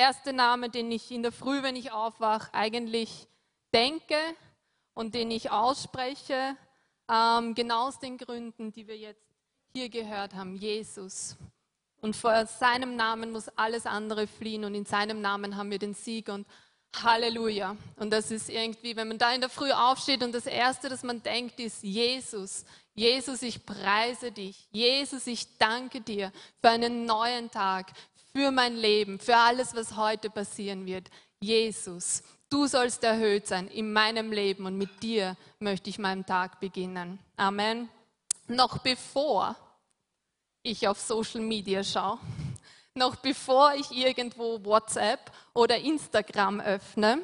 erste Name, den ich in der Früh, wenn ich aufwache, eigentlich denke und den ich ausspreche, genau aus den Gründen, die wir jetzt hier gehört haben, Jesus. Und vor seinem Namen muss alles andere fliehen und in seinem Namen haben wir den Sieg und Halleluja. Und das ist irgendwie, wenn man da in der Früh aufsteht und das Erste, das man denkt, ist Jesus. Jesus, ich preise dich. Jesus, ich danke dir für einen neuen Tag, für mein Leben, für alles, was heute passieren wird. Jesus, du sollst erhöht sein in meinem Leben und mit dir möchte ich meinen Tag beginnen. Amen. Noch bevor ich auf Social Media schaue, noch bevor ich irgendwo WhatsApp oder Instagram öffne,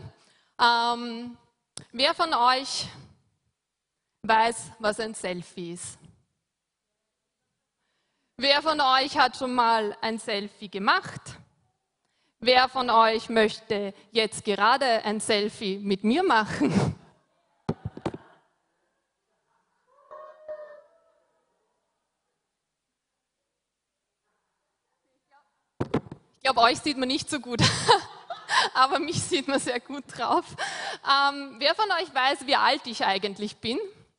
wer von euch weiß, was ein Selfie ist? Wer von euch hat schon mal ein Selfie gemacht? Wer von euch möchte jetzt gerade ein Selfie mit mir machen? Ich glaube, euch sieht man nicht so gut, aber mich sieht man sehr gut drauf. Wer von euch weiß, wie alt ich eigentlich bin?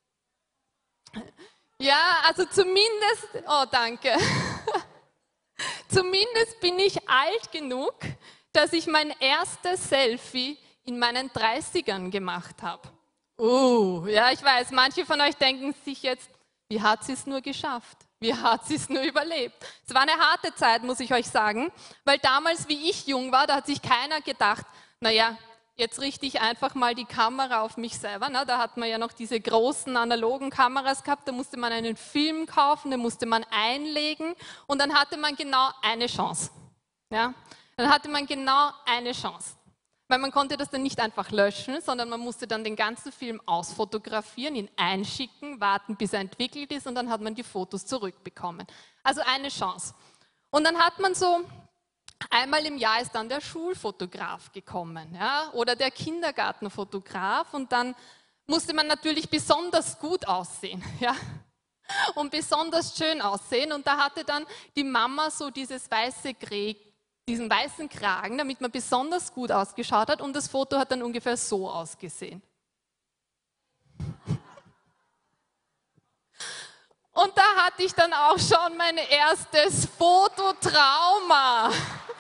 Ja, also zumindest, oh danke, zumindest bin ich alt genug, dass ich mein erstes Selfie in meinen 30ern gemacht habe. Ja, ich weiß, manche von euch denken sich jetzt, wie hat sie es nur geschafft? Wie hat sie es nur überlebt? Es war eine harte Zeit, muss ich euch sagen, weil damals, wie ich jung war, da hat sich keiner gedacht, naja, jetzt richte ich einfach mal die Kamera auf mich selber. Ne? Da hat man ja noch diese großen analogen Kameras gehabt, da musste man einen Film kaufen, den musste man einlegen und dann hatte man genau eine Chance. Ja? Dann hatte man genau eine Chance. Weil man konnte das dann nicht einfach löschen, sondern man musste dann den ganzen Film ausfotografieren, ihn einschicken, warten, bis er entwickelt ist und dann hat man die Fotos zurückbekommen. Also eine Chance. Und dann hat man so, einmal im Jahr ist dann der Schulfotograf gekommen, ja, oder der Kindergartenfotograf und dann musste man natürlich besonders gut aussehen, ja, und besonders schön aussehen und da hatte dann die Mama so dieses diesen weißen Kragen, damit man besonders gut ausgeschaut hat und das Foto hat dann ungefähr so ausgesehen. Und da hatte ich dann auch schon mein erstes Fototrauma.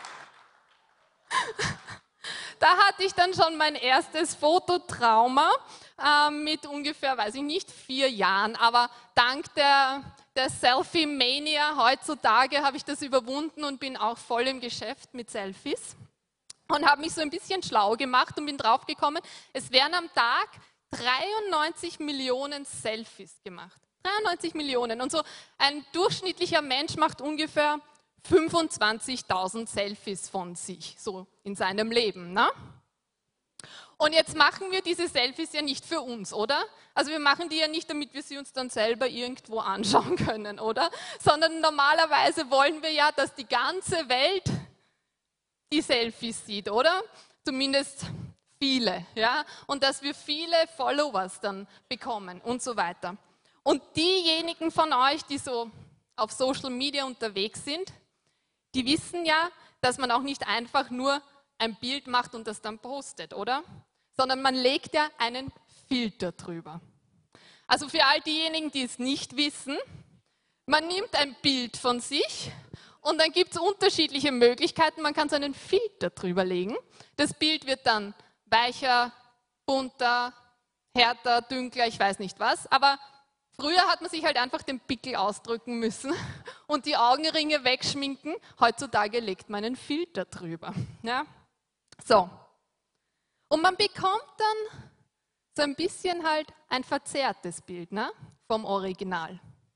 Da hatte ich dann schon mein erstes Fototrauma mit ungefähr, weiß ich nicht, 4 Jahren. Aber dank der Selfie-Mania heutzutage habe ich das überwunden und bin auch voll im Geschäft mit Selfies. Und habe mich so ein bisschen schlau gemacht und bin draufgekommen, es werden am Tag 93 Millionen Selfies gemacht. 93 Millionen. Und so ein durchschnittlicher Mensch macht ungefähr 25.000 Selfies von sich, so in seinem Leben. Ne? Und jetzt machen wir diese Selfies ja nicht für uns, oder? Also wir machen die ja nicht, damit wir sie uns dann selber irgendwo anschauen können, oder? Sondern normalerweise wollen wir ja, dass die ganze Welt die Selfies sieht, oder? Zumindest viele, ja? Und dass wir viele Followers dann bekommen und so weiter. Und diejenigen von euch, die so auf Social Media unterwegs sind, die wissen ja, dass man auch nicht einfach nur ein Bild macht und das dann postet, oder? Sondern man legt ja einen Filter drüber. Also für all diejenigen, die es nicht wissen, man nimmt ein Bild von sich und dann gibt es unterschiedliche Möglichkeiten. Man kann so einen Filter drüber legen. Das Bild wird dann weicher, bunter, härter, dunkler, ich weiß nicht was, aber früher hat man sich halt einfach den Pickel ausdrücken müssen und die Augenringe wegschminken. Heutzutage legt man einen Filter drüber. Ja? So. Und man bekommt dann so ein bisschen halt ein verzerrtes Bild, ne? Vom Original.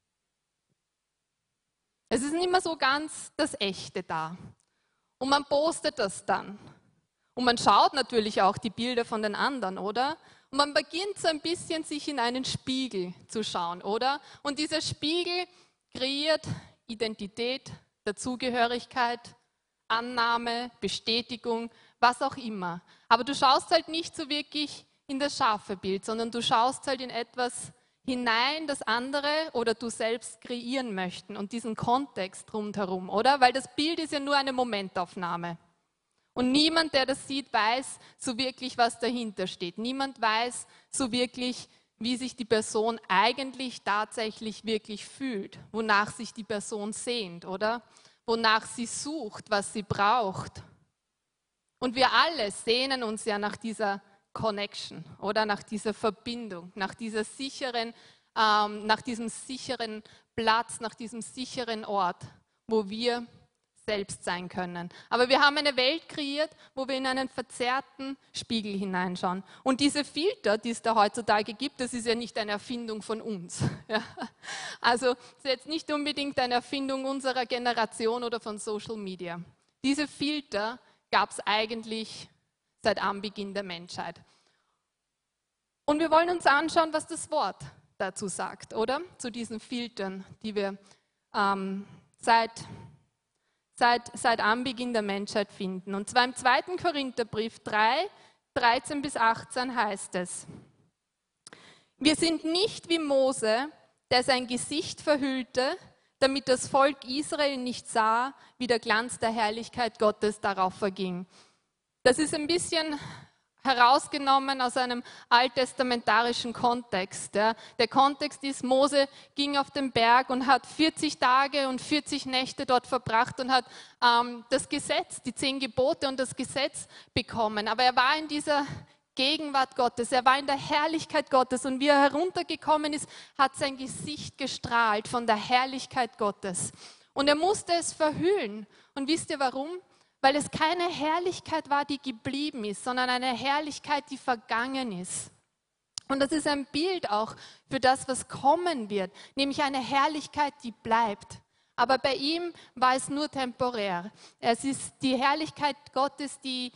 Es ist nicht mehr so ganz das Echte da. Und man postet das dann. Und man schaut natürlich auch die Bilder von den anderen, oder? Und man beginnt so ein bisschen sich in einen Spiegel zu schauen, oder? Und dieser Spiegel kreiert Identität, Dazugehörigkeit, Annahme, Bestätigung, was auch immer. Aber du schaust halt nicht so wirklich in das scharfe Bild, sondern du schaust halt in etwas hinein, das andere oder du selbst kreieren möchten und diesen Kontext rundherum, oder? Weil das Bild ist ja nur eine Momentaufnahme. Und niemand, der das sieht, weiß so wirklich, was dahinter steht. Niemand weiß so wirklich, wie sich die Person eigentlich tatsächlich wirklich fühlt, wonach sich die Person sehnt, oder? Wonach sie sucht, was sie braucht. Und wir alle sehnen uns ja nach dieser Connection oder nach dieser Verbindung, nach diesem sicheren Platz, nach diesem sicheren Ort, wo wir selbst sein können. Aber wir haben eine Welt kreiert, wo wir in einen verzerrten Spiegel hineinschauen. Und diese Filter, die es da heutzutage gibt, das ist ja nicht eine Erfindung von uns. Ja. Also es ist jetzt nicht unbedingt eine Erfindung unserer Generation oder von Social Media. Diese Filter gab es eigentlich seit Anbeginn der Menschheit. Und wir wollen uns anschauen, was das Wort dazu sagt, oder? Zu diesen Filtern, die wir seit Anbeginn der Menschheit finden. Und zwar im 2. Korintherbrief 3, 13 bis 18 heißt es: Wir sind nicht wie Mose, der sein Gesicht verhüllte, damit das Volk Israel nicht sah, wie der Glanz der Herrlichkeit Gottes darauf verging. Das ist ein bisschen herausgenommen aus einem alttestamentarischen Kontext. Ja. Der Kontext ist, Mose ging auf den Berg und hat 40 Tage und 40 Nächte dort verbracht und hat das Gesetz, die 10 Gebote und das Gesetz bekommen. Aber er war in dieser Gegenwart Gottes, er war in der Herrlichkeit Gottes und wie er heruntergekommen ist, hat sein Gesicht gestrahlt von der Herrlichkeit Gottes. Und er musste es verhüllen. Und wisst ihr warum? Weil es keine Herrlichkeit war, die geblieben ist, sondern eine Herrlichkeit, die vergangen ist. Und das ist ein Bild auch für das, was kommen wird, nämlich eine Herrlichkeit, die bleibt. Aber bei ihm war es nur temporär. Es ist die Herrlichkeit Gottes, die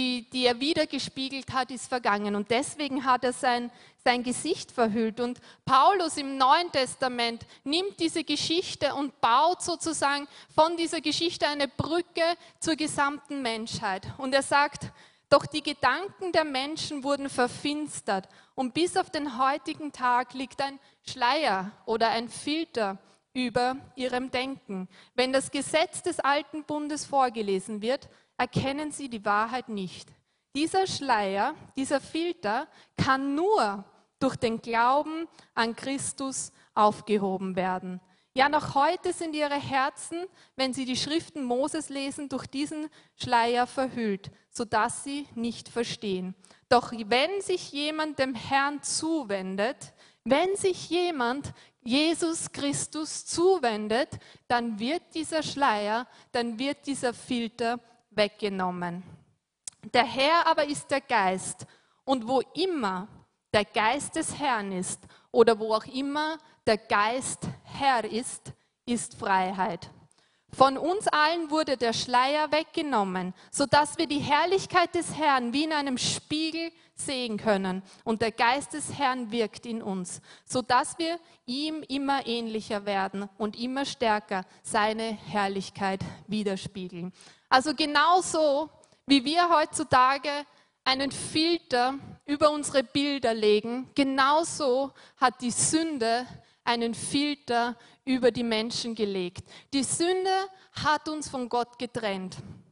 er wiedergespiegelt hat, ist vergangen. Und deswegen hat er sein Gesicht verhüllt. Und Paulus im Neuen Testament nimmt diese Geschichte und baut sozusagen von dieser Geschichte eine Brücke zur gesamten Menschheit. Und er sagt, doch die Gedanken der Menschen wurden verfinstert. Und bis auf den heutigen Tag liegt ein Schleier oder ein Filter über ihrem Denken. Wenn das Gesetz des alten Bundes vorgelesen wird, erkennen sie die Wahrheit nicht. Dieser Schleier, dieser Filter kann nur durch den Glauben an Christus aufgehoben werden. Ja, noch heute sind ihre Herzen, wenn sie die Schriften Moses lesen, durch diesen Schleier verhüllt, sodass sie nicht verstehen. Doch wenn sich jemand dem Herrn zuwendet, wenn sich jemand Jesus Christus zuwendet, dann wird dieser Schleier, dann wird dieser Filter weggenommen. Der Herr aber ist der Geist und wo immer der Geist des Herrn ist oder wo auch immer der Geist Herr ist, ist Freiheit. Von uns allen wurde der Schleier weggenommen, sodass wir die Herrlichkeit des Herrn wie in einem Spiegel sehen können. Und der Geist des Herrn wirkt in uns, sodass wir ihm immer ähnlicher werden und immer stärker seine Herrlichkeit widerspiegeln. Also genauso, wie wir heutzutage einen Filter über unsere Bilder legen, genauso hat die Sünde einen Filter über die Menschen gelegt. Die Sünde hat uns von Gott getrennt.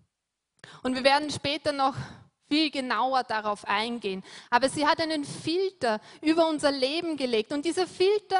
Und wir werden später noch viel genauer darauf eingehen. Aber sie hat einen Filter über unser Leben gelegt. Und dieser Filter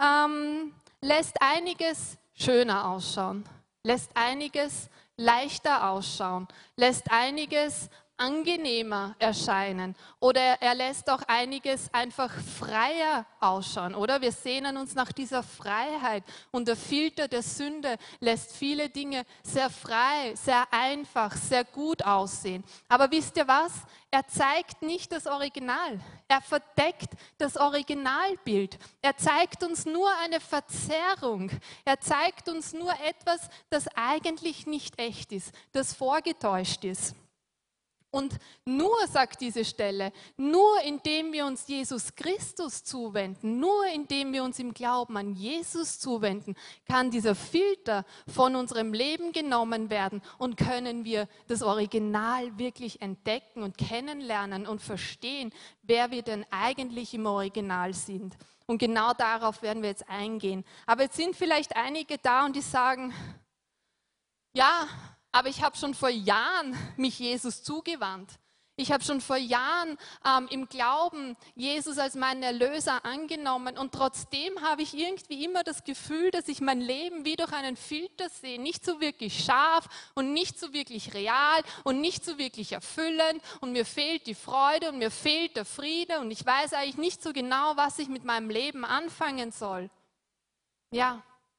lässt einiges schöner ausschauen, lässt einiges leichter ausschauen, lässt einiges angenehmer erscheinen oder er lässt auch einiges einfach freier ausschauen, oder? Wir sehnen uns nach dieser Freiheit und der Filter der Sünde lässt viele Dinge sehr frei, sehr einfach, sehr gut aussehen. Aber wisst ihr was? Er zeigt nicht das Original. Er verdeckt das Originalbild. Er zeigt uns nur eine Verzerrung. Er zeigt uns nur etwas, das eigentlich nicht echt ist, das vorgetäuscht ist. Und nur, sagt diese Stelle, nur indem wir uns Jesus Christus zuwenden, nur indem wir uns im Glauben an Jesus zuwenden, kann dieser Filter von unserem Leben genommen werden und können wir das Original wirklich entdecken und kennenlernen und verstehen, wer wir denn eigentlich im Original sind. Und genau darauf werden wir jetzt eingehen. Aber jetzt sind vielleicht einige da und die sagen, ja, Aber ich habe schon vor Jahren mich Jesus zugewandt. Ich habe schon vor Jahren im Glauben Jesus als meinen Erlöser angenommen und trotzdem habe ich irgendwie immer das Gefühl, dass ich mein Leben wie durch einen Filter sehe. Nicht so wirklich scharf und nicht so wirklich real und nicht so wirklich erfüllend und mir fehlt die Freude und mir fehlt der Friede und ich weiß eigentlich nicht so genau, was ich mit meinem Leben anfangen soll. Ja,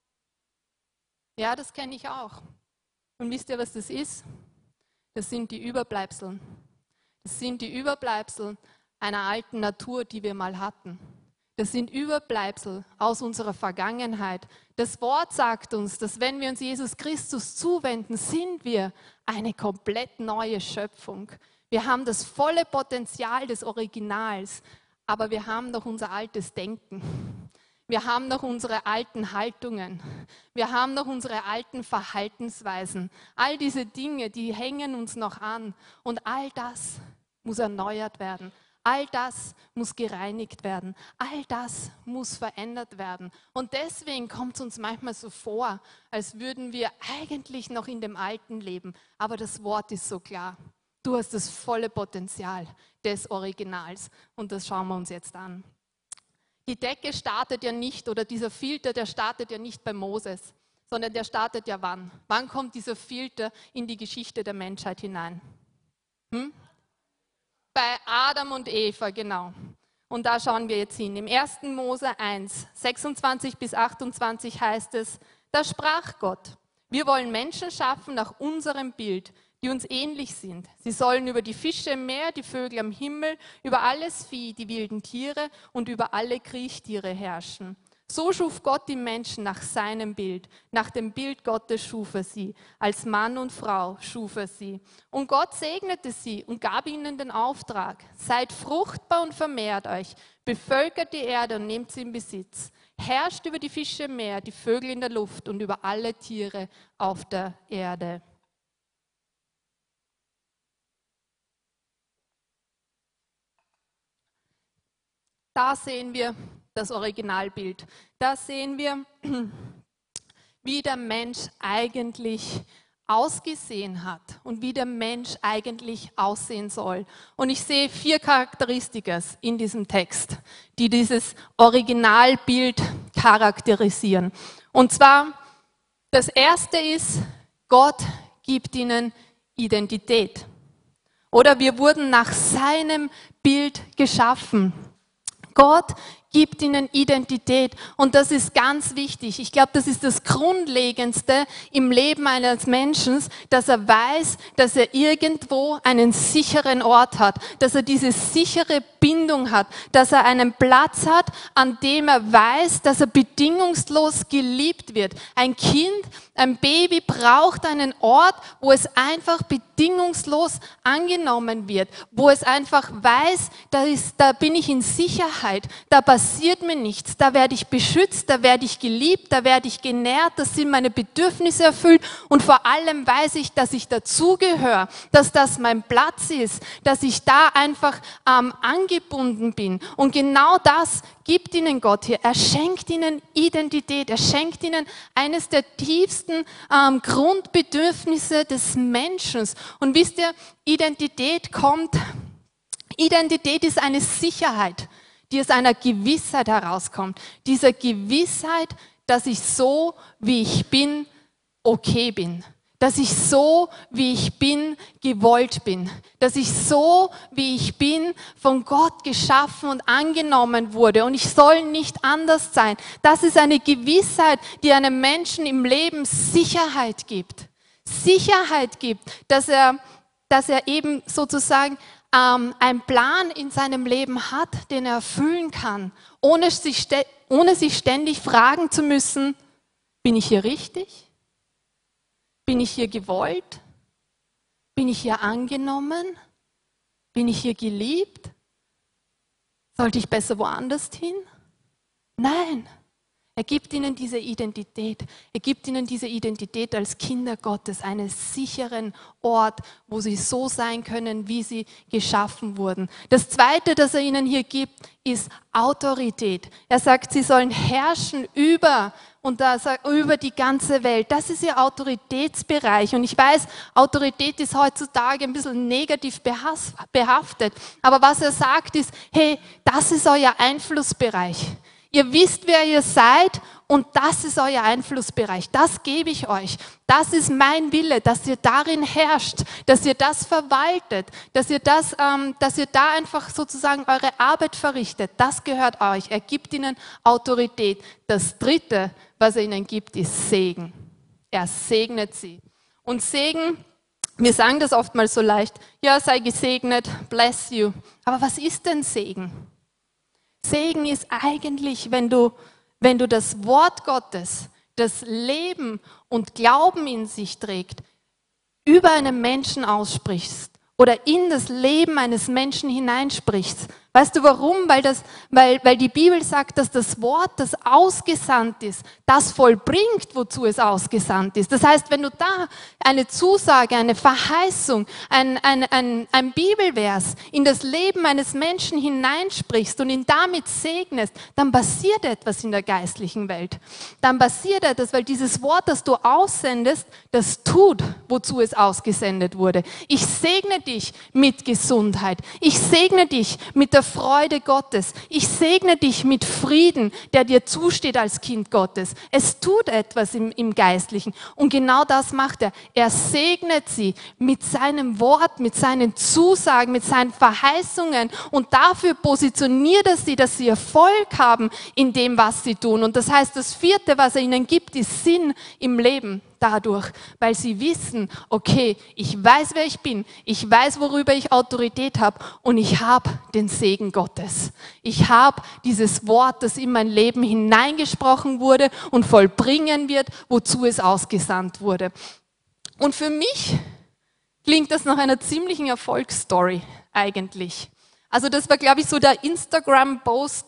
das kenne ich auch. Und wisst ihr, was das ist? Das sind die Überbleibsel. Das sind die Überbleibsel einer alten Natur, die wir mal hatten. Das sind Überbleibsel aus unserer Vergangenheit. Das Wort sagt uns, dass wenn wir uns Jesus Christus zuwenden, sind wir eine komplett neue Schöpfung. Wir haben das volle Potenzial des Originals, aber wir haben noch unser altes Denken. Wir haben noch unsere alten Haltungen. Wir haben noch unsere alten Verhaltensweisen. All diese Dinge, die hängen uns noch an. Und all das muss erneuert werden. All das muss gereinigt werden. All das muss verändert werden. Und deswegen kommt es uns manchmal so vor, als würden wir eigentlich noch in dem Alten leben. Aber das Wort ist so klar. Du hast das volle Potenzial des Originals. Und das schauen wir uns jetzt an. Die Decke startet ja nicht, oder dieser Filter, der startet ja nicht bei Moses, sondern der startet ja wann? Wann kommt dieser Filter in die Geschichte der Menschheit hinein? Bei Adam und Eva, genau. Und da schauen wir jetzt hin. Im 1. Mose 1, 26 bis 28 heißt es, da sprach Gott, wir wollen Menschen schaffen nach unserem Bild, die uns ähnlich sind. Sie sollen über die Fische im Meer, die Vögel am Himmel, über alles Vieh, die wilden Tiere und über alle Kriechtiere herrschen. So schuf Gott die Menschen nach seinem Bild. Nach dem Bild Gottes schuf er sie. Als Mann und Frau schuf er sie. Und Gott segnete sie und gab ihnen den Auftrag. Seid fruchtbar und vermehrt euch. Bevölkert die Erde und nehmt sie in Besitz. Herrscht über die Fische im Meer, die Vögel in der Luft und über alle Tiere auf der Erde. Da sehen wir das Originalbild. Da sehen wir, wie der Mensch eigentlich ausgesehen hat und wie der Mensch eigentlich aussehen soll. Und ich sehe 4 Charakteristika in diesem Text, die dieses Originalbild charakterisieren. Und zwar, das erste ist, Gott gibt ihnen Identität. Oder wir wurden nach seinem Bild geschaffen. Gott gibt ihnen Identität und das ist ganz wichtig. Ich glaube, das ist das Grundlegendste im Leben eines Menschen, dass er weiß, dass er irgendwo einen sicheren Ort hat, dass er diese sichere Bindung hat, dass er einen Platz hat, an dem er weiß, dass er bedingungslos geliebt wird. Ein Kind, ein Baby braucht einen Ort, wo es einfach bedingungslos angenommen wird, wo es einfach weiß, da bin ich in Sicherheit, da passiert mir nichts, da werde ich beschützt, da werde ich geliebt, da werde ich genährt, da sind meine Bedürfnisse erfüllt und vor allem weiß ich, dass ich dazugehöre, dass das mein Platz ist, dass ich da einfach angebunden bin. Und genau das gibt ihnen Gott hier. Er schenkt ihnen Identität, er schenkt ihnen eines der tiefsten Grundbedürfnisse des Menschen. Und wisst ihr, Identität ist eine Sicherheit, die aus einer Gewissheit herauskommt. Dieser Gewissheit, dass ich so, wie ich bin, okay bin. Dass ich so, wie ich bin, gewollt bin. Dass ich so, wie ich bin, von Gott geschaffen und angenommen wurde. Und ich soll nicht anders sein. Das ist eine Gewissheit, die einem Menschen im Leben Sicherheit gibt. Sicherheit gibt, dass er eben sozusagen einen Plan in seinem Leben hat, den er erfüllen kann, ohne sich ständig fragen zu müssen, bin ich hier richtig? Bin ich hier gewollt? Bin ich hier angenommen? Bin ich hier geliebt? Sollte ich besser woanders hin? Nein. Er gibt ihnen diese Identität. Er gibt ihnen diese Identität als Kinder Gottes, einen sicheren Ort, wo sie so sein können, wie sie geschaffen wurden. Das Zweite, das er ihnen hier gibt, ist Autorität. Er sagt, sie sollen herrschen über die ganze Welt. Das ist ihr Autoritätsbereich. Und ich weiß, Autorität ist heutzutage ein bisschen negativ behaftet. Aber was er sagt ist, hey, das ist euer Einflussbereich. Ihr wisst, wer ihr seid und das ist euer Einflussbereich. Das gebe ich euch. Das ist mein Wille, dass ihr darin herrscht, dass ihr das verwaltet, dass ihr da einfach sozusagen eure Arbeit verrichtet. Das gehört euch. Er gibt ihnen Autorität. Das Dritte, was er ihnen gibt, ist Segen. Er segnet sie. Und Segen, wir sagen das oftmals so leicht, ja, sei gesegnet, bless you. Aber was ist denn Segen? Segen ist eigentlich, wenn du das Wort Gottes, das Leben und Glauben in sich trägt, über einen Menschen aussprichst oder in das Leben eines Menschen hineinsprichst. Weißt du warum? Weil die Bibel sagt, dass das Wort, das ausgesandt ist, das vollbringt, wozu es ausgesandt ist. Das heißt, wenn du da eine Zusage, eine Verheißung, ein Bibelvers in das Leben eines Menschen hineinsprichst und ihn damit segnest, dann passiert etwas in der geistlichen Welt. Dann passiert etwas, weil dieses Wort, das du aussendest, das tut, wozu es ausgesendet wurde. Ich segne dich mit Gesundheit. Ich segne dich mit der Freude Gottes. Ich segne dich mit Frieden, der dir zusteht als Kind Gottes. Es tut etwas im Geistlichen. Und genau das macht er. Er segnet sie mit seinem Wort, mit seinen Zusagen, mit seinen Verheißungen. Und dafür positioniert er sie, dass sie Erfolg haben in dem, was sie tun. Und das heißt, das Vierte, was er ihnen gibt, ist Sinn im Leben. Dadurch, weil sie wissen, okay, ich weiß, wer ich bin, ich weiß, worüber ich Autorität habe und ich habe den Segen Gottes. Ich habe dieses Wort, das in mein Leben hineingesprochen wurde und vollbringen wird, wozu es ausgesandt wurde. Und für mich klingt das nach einer ziemlichen Erfolgsstory eigentlich. Also das war, glaube ich, so der Instagram-Post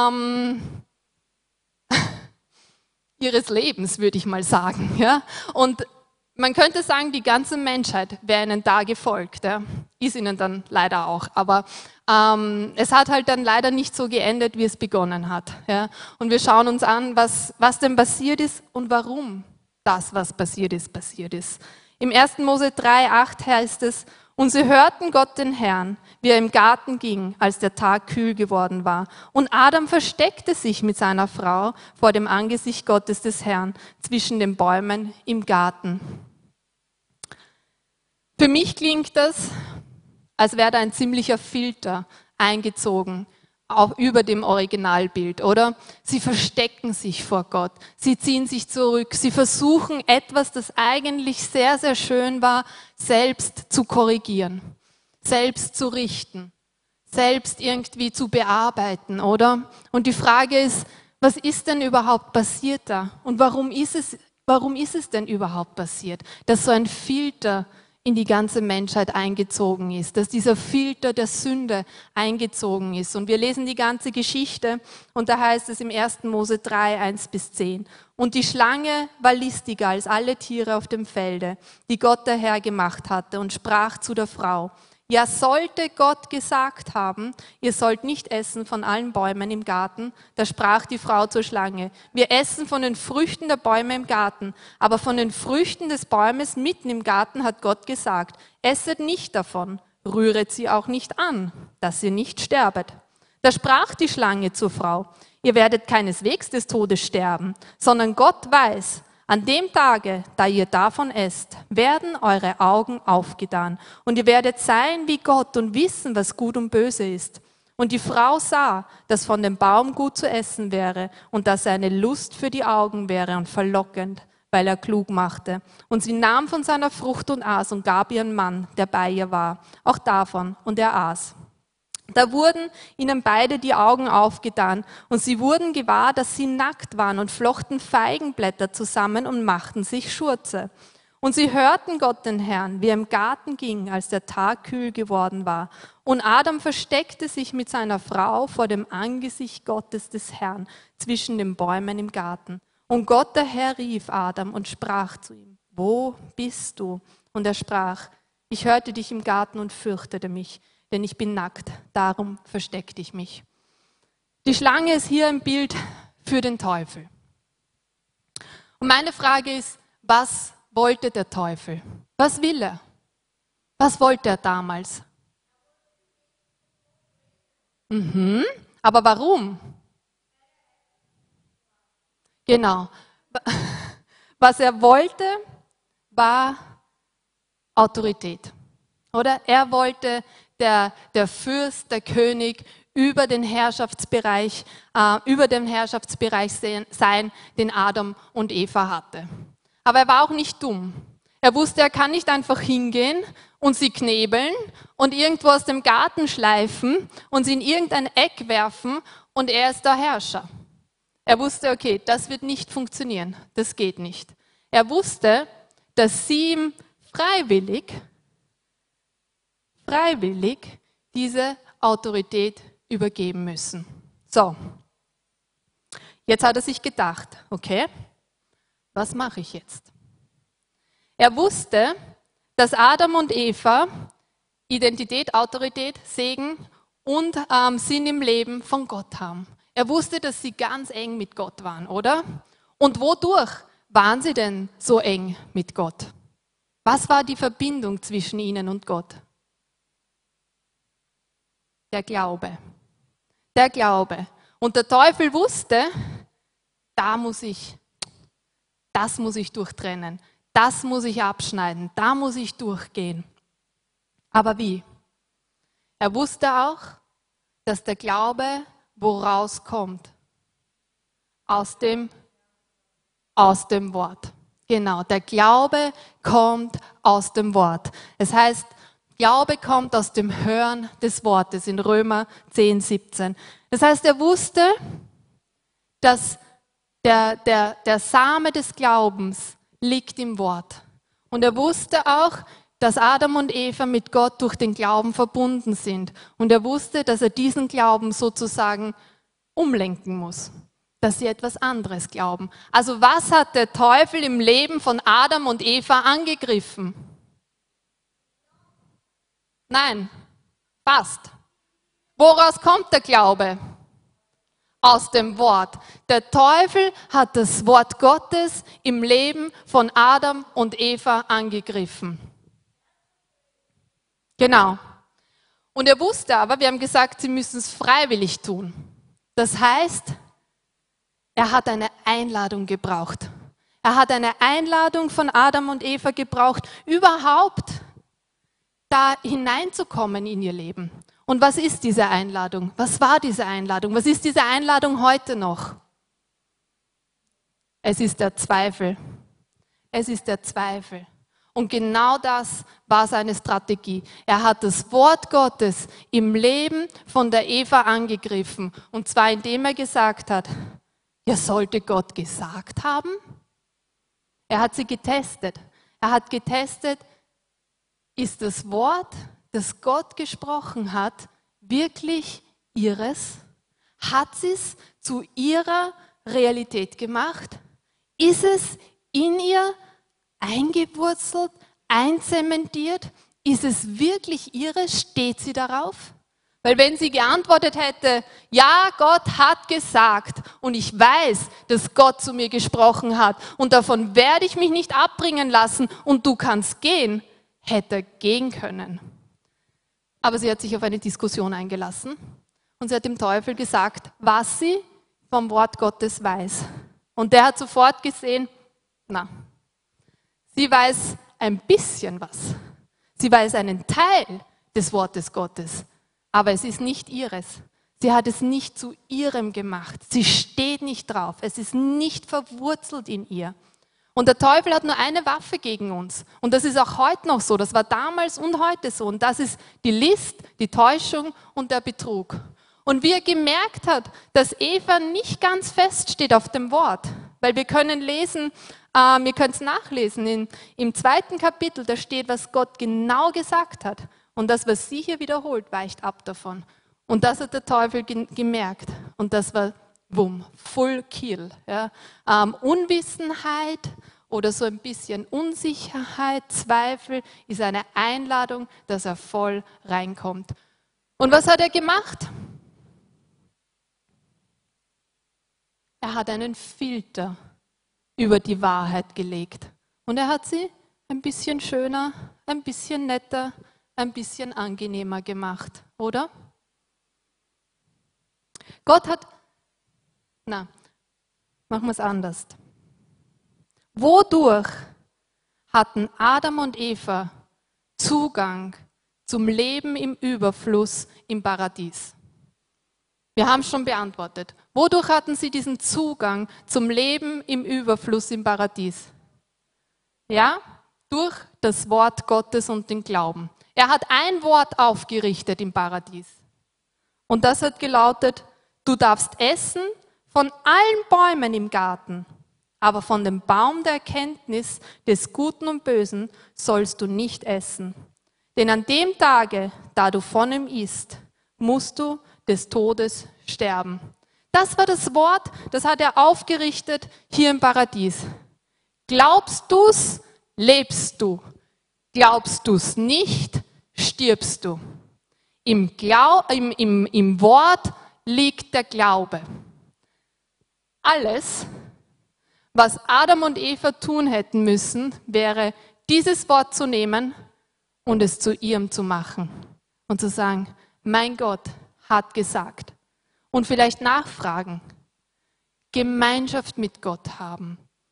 ihres Lebens, würde ich mal sagen. Ja? Und man könnte sagen, die ganze Menschheit wäre ihnen da gefolgt. Ja? Ist ihnen dann leider auch. Aber es hat halt dann leider nicht so geendet, wie es begonnen hat. Ja? Und wir schauen uns an, was denn passiert ist und warum das, was passiert ist, passiert ist. Im 1. Mose 3,8 heißt es, und sie hörten Gott den Herrn, wie er im Garten ging, als der Tag kühl geworden war. Und Adam versteckte sich mit seiner Frau vor dem Angesicht Gottes des Herrn zwischen den Bäumen im Garten. Für mich klingt das, als wäre da ein ziemlicher Filter eingezogen, auch über dem Originalbild, oder? Sie verstecken sich vor Gott, sie ziehen sich zurück, sie versuchen etwas, das eigentlich sehr, sehr schön war, selbst zu korrigieren, selbst zu richten, selbst irgendwie zu bearbeiten, oder? Und die Frage ist, was ist denn überhaupt passiert da? Und warum ist es denn überhaupt passiert, dass so ein Filter in die ganze Menschheit eingezogen ist, dass dieser Filter der Sünde eingezogen ist. Und wir lesen die ganze Geschichte und da heißt es im 1. Mose 3, 1-10. Und die Schlange war listiger als alle Tiere auf dem Felde, die Gott der Herr gemacht hatte und sprach zu der Frau, ja, sollte Gott gesagt haben, ihr sollt nicht essen von allen Bäumen im Garten, da sprach die Frau zur Schlange, wir essen von den Früchten der Bäume im Garten, aber von den Früchten des Baumes mitten im Garten hat Gott gesagt, esset nicht davon, rühret sie auch nicht an, dass ihr nicht sterbet. Da sprach die Schlange zur Frau, ihr werdet keineswegs des Todes sterben, sondern Gott weiß, an dem Tage, da ihr davon esst, werden eure Augen aufgetan und ihr werdet sein wie Gott und wissen, was gut und böse ist. Und die Frau sah, dass von dem Baum gut zu essen wäre und dass er eine Lust für die Augen wäre und verlockend, weil er klug machte. Und sie nahm von seiner Frucht und aß und gab ihren Mann, der bei ihr war, auch davon und er aß. Da wurden ihnen beide die Augen aufgetan und sie wurden gewahr, dass sie nackt waren und flochten Feigenblätter zusammen und machten sich Schurze. Und sie hörten Gott den Herrn, wie er im Garten ging, als der Tag kühl geworden war. Und Adam versteckte sich mit seiner Frau vor dem Angesicht Gottes des Herrn zwischen den Bäumen im Garten. Und Gott der Herr rief Adam und sprach zu ihm, wo bist du? Und er sprach, ich hörte dich im Garten und fürchtete mich, denn ich bin nackt, darum versteckte ich mich. Die Schlange ist hier ein Bild für den Teufel. Und meine Frage ist, was wollte der Teufel? Was will er? Was wollte er damals? Aber warum? Genau. Was er wollte, war Autorität. Oder? Er wollte der Fürst, der König über den Herrschaftsbereich sein, den Adam und Eva hatte. Aber er war auch nicht dumm. Er wusste, er kann nicht einfach hingehen und sie knebeln und irgendwo aus dem Garten schleifen und sie in irgendein Eck werfen und er ist der Herrscher. Er wusste, okay, das wird nicht funktionieren, das geht nicht. Er wusste, dass sie ihm freiwillig diese Autorität übergeben müssen. So, jetzt hat er sich gedacht, okay, was mache ich jetzt? Er wusste, dass Adam und Eva Identität, Autorität, Segen und Sinn im Leben von Gott haben. Er wusste, dass sie ganz eng mit Gott waren, oder? Und wodurch waren sie denn so eng mit Gott? Was war die Verbindung zwischen ihnen und Gott? Der Glaube. Der Glaube. Und der Teufel wusste, das muss ich durchtrennen, das muss ich abschneiden, da muss ich durchgehen. Aber wie? Er wusste auch, dass der Glaube woraus kommt? Aus dem Wort. Genau, der Glaube kommt aus dem Wort. Es heißt, Glaube kommt aus dem Hören des Wortes in Römer 10, 17. Das heißt, er wusste, dass der Same des Glaubens liegt im Wort. Und er wusste auch, dass Adam und Eva mit Gott durch den Glauben verbunden sind. Und er wusste, dass er diesen Glauben sozusagen umlenken muss, dass sie etwas anderes glauben. Also was hat der Teufel im Leben von Adam und Eva angegriffen? Nein, fast. Woraus kommt der Glaube? Aus dem Wort. Der Teufel hat das Wort Gottes im Leben von Adam und Eva angegriffen. Genau. Und er wusste aber, wir haben gesagt, sie müssen es freiwillig tun. Das heißt, er hat eine Einladung gebraucht. Er hat eine Einladung von Adam und Eva gebraucht, überhaupt da hineinzukommen in ihr Leben. Und was ist diese Einladung? Was war diese Einladung? Was ist diese Einladung heute noch? Es ist der Zweifel. Es ist der Zweifel. Und genau das war seine Strategie. Er hat das Wort Gottes im Leben von der Eva angegriffen. Und zwar indem er gesagt hat, ja, sollte Gott gesagt haben? Er hat sie getestet. Er hat getestet, ist das Wort, das Gott gesprochen hat, wirklich ihres? Hat sie es zu ihrer Realität gemacht? Ist es in ihr eingewurzelt, einzementiert? Ist es wirklich ihres? Steht sie darauf? Weil wenn sie geantwortet hätte, ja, Gott hat gesagt und ich weiß, dass Gott zu mir gesprochen hat und davon werde ich mich nicht abbringen lassen und du kannst gehen, hätte er gehen können. Aber sie hat sich auf eine Diskussion eingelassen und sie hat dem Teufel gesagt, was sie vom Wort Gottes weiß. Und der hat sofort gesehen, na, sie weiß ein bisschen was. Sie weiß einen Teil des Wortes Gottes, aber es ist nicht ihres. Sie hat es nicht zu ihrem gemacht. Sie steht nicht drauf. Es ist nicht verwurzelt in ihr. Und der Teufel hat nur eine Waffe gegen uns. Und das ist auch heute noch so. Das war damals und heute so. Und das ist die List, die Täuschung und der Betrug. Und wie er gemerkt hat, dass Eva nicht ganz fest steht auf dem Wort, weil wir können lesen Ihr könnt es nachlesen im 2. Kapitel, da steht, was Gott genau gesagt hat. Und das, was sie hier wiederholt, weicht ab davon. Und das hat der Teufel gemerkt. Und das war, bumm, full kill. Ja. Unwissenheit oder so ein bisschen Unsicherheit, Zweifel ist eine Einladung, dass er voll reinkommt. Und was hat er gemacht? Er hat einen Filter über die Wahrheit gelegt. Und er hat sie ein bisschen schöner, ein bisschen netter, ein bisschen angenehmer gemacht, oder? Machen wir es anders. Wodurch hatten Adam und Eva Zugang zum Leben im Überfluss im Paradies? Wir haben es schon beantwortet. Wodurch hatten sie diesen Zugang zum Leben im Überfluss im Paradies? Ja, durch das Wort Gottes und den Glauben. Er hat ein Wort aufgerichtet im Paradies. Und das hat gelautet, du darfst essen von allen Bäumen im Garten, aber von dem Baum der Erkenntnis des Guten und Bösen sollst du nicht essen. Denn an dem Tage, da du von ihm isst, musst du des Todes sterben. Das war das Wort, das hat er aufgerichtet hier im Paradies. Glaubst du's, lebst du. Glaubst du's nicht, stirbst du. Im Wort liegt der Glaube. Alles, was Adam und Eva tun hätten müssen, wäre dieses Wort zu nehmen und es zu ihrem zu machen. Und zu sagen, mein Gott hat gesagt. Und vielleicht nachfragen. Gemeinschaft mit Gott haben.